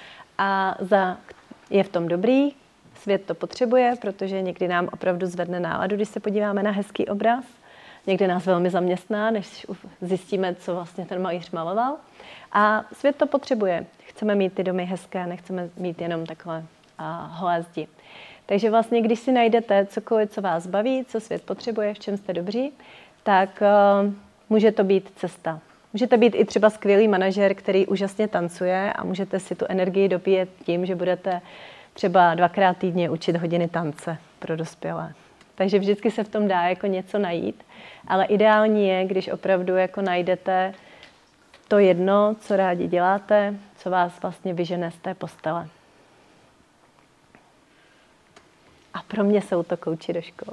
A za, je v tom dobrý, svět to potřebuje, protože někdy nám opravdu zvedne náladu, když se podíváme na hezký obraz. Někdy nás velmi zaměstná, než zjistíme, co vlastně ten malíř maloval. A svět to potřebuje. Chceme mít ty domy hezké, nechceme mít jenom takhle holé zdi. Takže vlastně, když si najdete cokoliv, co vás baví, co svět potřebuje, v čem jste dobří, tak uh, může to být cesta. Můžete být i třeba skvělý manažer, který úžasně tancuje a můžete si tu energii dopíjet tím, že budete třeba dvakrát týdně učit hodiny tance pro dospělé. Takže vždycky se v tom dá jako něco najít, ale ideální je, když opravdu jako najdete to jedno, co rádi děláte, co vás vlastně vyžene z té postele. A pro mě jsou to kouči do škol.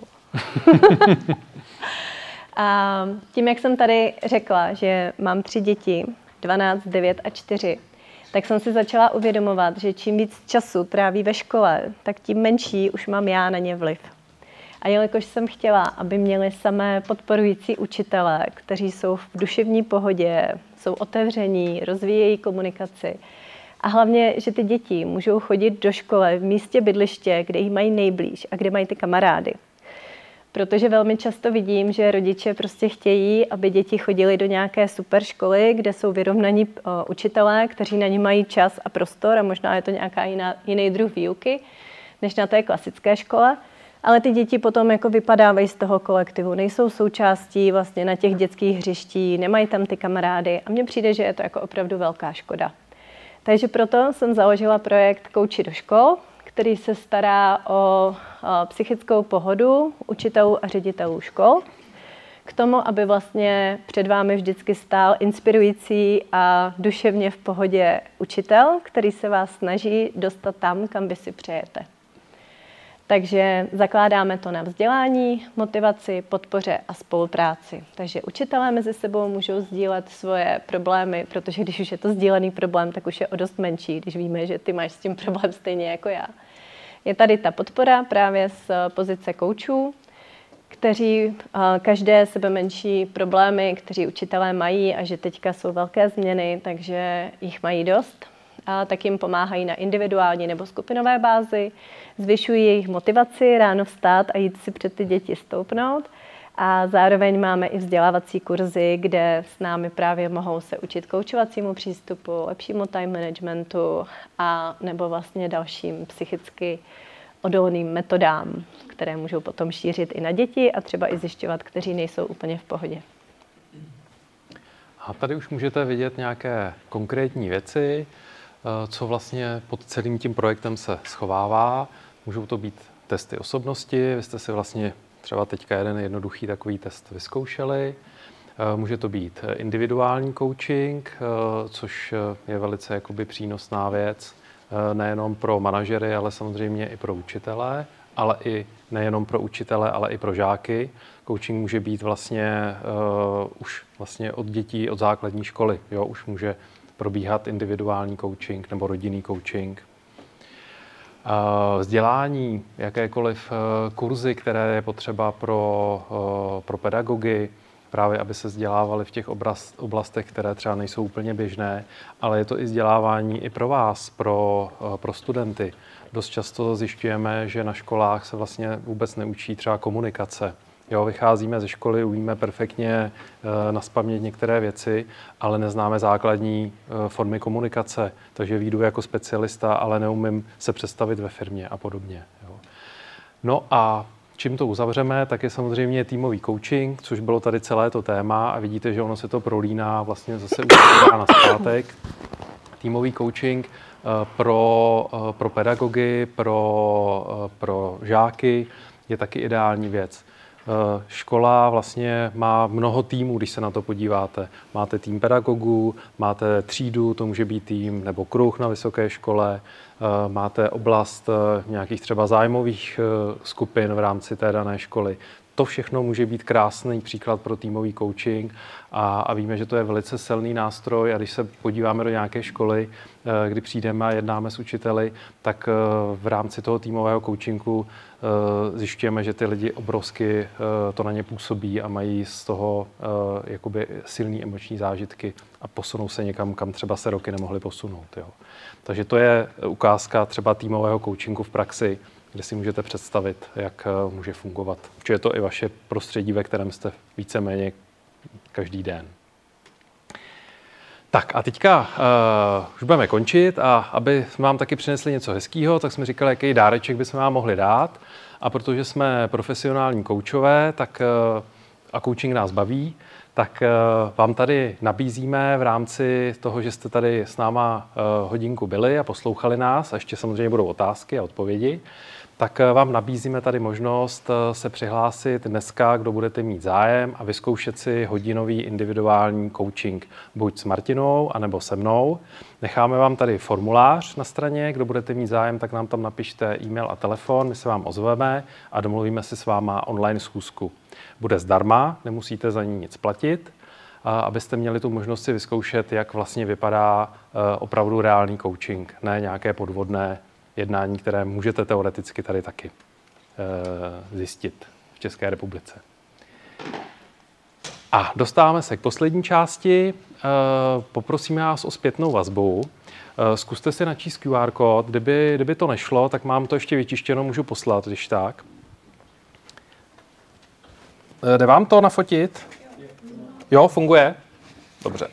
A tím, jak jsem tady řekla, že mám tři děti, dvanáct, devět a čtyři, tak jsem si začala uvědomovat, že čím víc času tráví ve škole, tak tím menší už mám já na ně vliv. A jelikož jsem chtěla, aby měli samé podporující učitelé, kteří jsou v duševní pohodě, jsou otevření, rozvíjejí komunikaci a hlavně, že ty děti můžou chodit do školy v místě bydliště, kde jich mají nejblíž a kde mají ty kamarády. Protože velmi často vidím, že rodiče prostě chtějí, aby děti chodily do nějaké super školy, kde jsou vyrovnaní učitelé, kteří na ně mají čas a prostor a možná je to nějaká jiná, jiný druh výuky, než na té klasické škole. Ale ty děti potom jako vypadávají z toho kolektivu, nejsou součástí vlastně na těch dětských hřiští, nemají tam ty kamarády a mně přijde, že je to jako opravdu velká škoda. Takže proto jsem založila projekt Kouči do škol, který se stará o, o psychickou pohodu učitelů a ředitelů škol. K tomu, aby vlastně před vámi vždycky stál inspirující a duševně v pohodě učitel, který se vás snaží dostat tam, kam vy si přejete. Takže zakládáme to na vzdělání, motivaci, podpoře a spolupráci. Takže učitelé mezi sebou můžou sdílet svoje problémy, protože když už je to sdílený problém, tak už je o dost menší, když víme, že ty máš s tím problém stejně jako já. Je tady ta podpora právě z pozice koučů, kteří každé sebe menší problémy, kteří učitelé mají a že teďka jsou velké změny, takže jich mají dost. A tak jim pomáhají na individuální nebo skupinové bázi, zvyšují jejich motivaci ráno vstát a jít si před ty děti stoupnout. A zároveň máme i vzdělávací kurzy, kde s námi právě mohou se učit koučovacímu přístupu, lepšímu time managementu a nebo vlastně dalším psychicky odolným metodám, které můžou potom šířit i na děti a třeba i zjišťovat, kteří nejsou úplně v pohodě. A tady už můžete vidět nějaké konkrétní věci, co vlastně pod celým tím projektem se schovává. Můžou to být testy osobnosti, vy jste si vlastně třeba teďka jeden jednoduchý takový test vyzkoušeli. Může to být individuální coaching, což je velice jakoby přínosná věc, nejenom pro manažery, ale samozřejmě i pro učitele, ale i nejenom pro učitele, ale i pro žáky. Coaching může být vlastně uh, už vlastně od dětí, od základní školy. Jo, už může probíhat individuální coaching nebo rodinný coaching. Uh, vzdělání, jakékoliv uh, kurzy, které je potřeba pro, uh, pro pedagogy, právě aby se vzdělávali v těch oblastech, které třeba nejsou úplně běžné, ale je to i vzdělávání i pro vás, pro, pro studenty. Dost často zjišťujeme, že na školách se vlastně vůbec neučí třeba komunikace. Jo, vycházíme ze školy, umíme perfektně e, nazpamět některé věci, ale neznáme základní e, formy komunikace, takže vyjdu jako specialista, ale neumím se představit ve firmě a podobně. Jo. No a čím to uzavřeme, tak je samozřejmě týmový coaching, což bylo tady celé to téma a vidíte, že ono se to prolíná vlastně zase už na zpátek. Týmový coaching pro, pro pedagogy, pro, pro žáky je taky ideální věc. Škola vlastně má mnoho týmů, když se na to podíváte. Máte tým pedagogů, máte třídu, to může být tým, nebo kruh na vysoké škole, máte oblast nějakých třeba zájmových skupin v rámci té dané školy. To všechno může být krásný příklad pro týmový coaching a, a víme, že to je velice silný nástroj a když se podíváme do nějaké školy, kdy přijdeme a jednáme s učiteli, tak v rámci toho týmového coachingu zjišťujeme, že ty lidi obrovsky to na ně působí a mají z toho jakoby silný emoční zážitky a posunou se někam, kam třeba se roky nemohli posunout. Jo. Takže to je ukázka třeba týmového coachingu v praxi, kde si můžete představit, jak může fungovat. Či je to i vaše prostředí, ve kterém jste víceméně každý den. Tak a teďka uh, už budeme končit a aby jsme vám taky přinesli něco hezkého, tak jsme říkali, jaký dáreček bychom vám mohli dát. A protože jsme profesionální koučové, tak uh, a coaching nás baví, tak uh, vám tady nabízíme v rámci toho, že jste tady s náma uh, hodinku byli a poslouchali nás, a ještě samozřejmě budou otázky a odpovědi, tak vám nabízíme tady možnost se přihlásit dneska, kdo budete mít zájem a vyzkoušet si hodinový individuální coaching buď s Martinou, anebo se mnou. Necháme vám tady formulář na straně, kdo budete mít zájem, tak nám tam napište e-mail a telefon, my se vám ozveme a domluvíme si s váma online schůzku. Bude zdarma, nemusíte za ní nic platit, abyste měli tu možnost si vyzkoušet, jak vlastně vypadá opravdu reálný coaching, ne nějaké podvodné jednání, které můžete teoreticky tady taky e, zjistit v České republice. A dostáváme se k poslední části. E, poprosíme vás o zpětnou vazbu. E, zkuste si načíst Q R kód. Kdyby, kdyby to nešlo, tak mám to ještě vytištěno, můžu poslat, když tak. E, jde vám to nafotit? Jo, funguje? Dobře.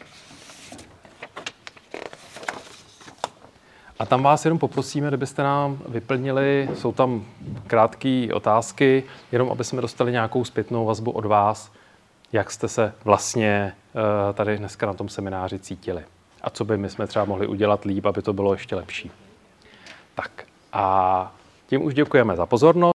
A tam vás jenom poprosíme, kdybyste nám vyplnili, jsou tam krátké otázky, jenom aby jsme dostali nějakou zpětnou vazbu od vás, jak jste se vlastně tady dneska na tom semináři cítili. A co by my jsme třeba mohli udělat líp, aby to bylo ještě lepší. Tak a tím už děkujeme za pozornost.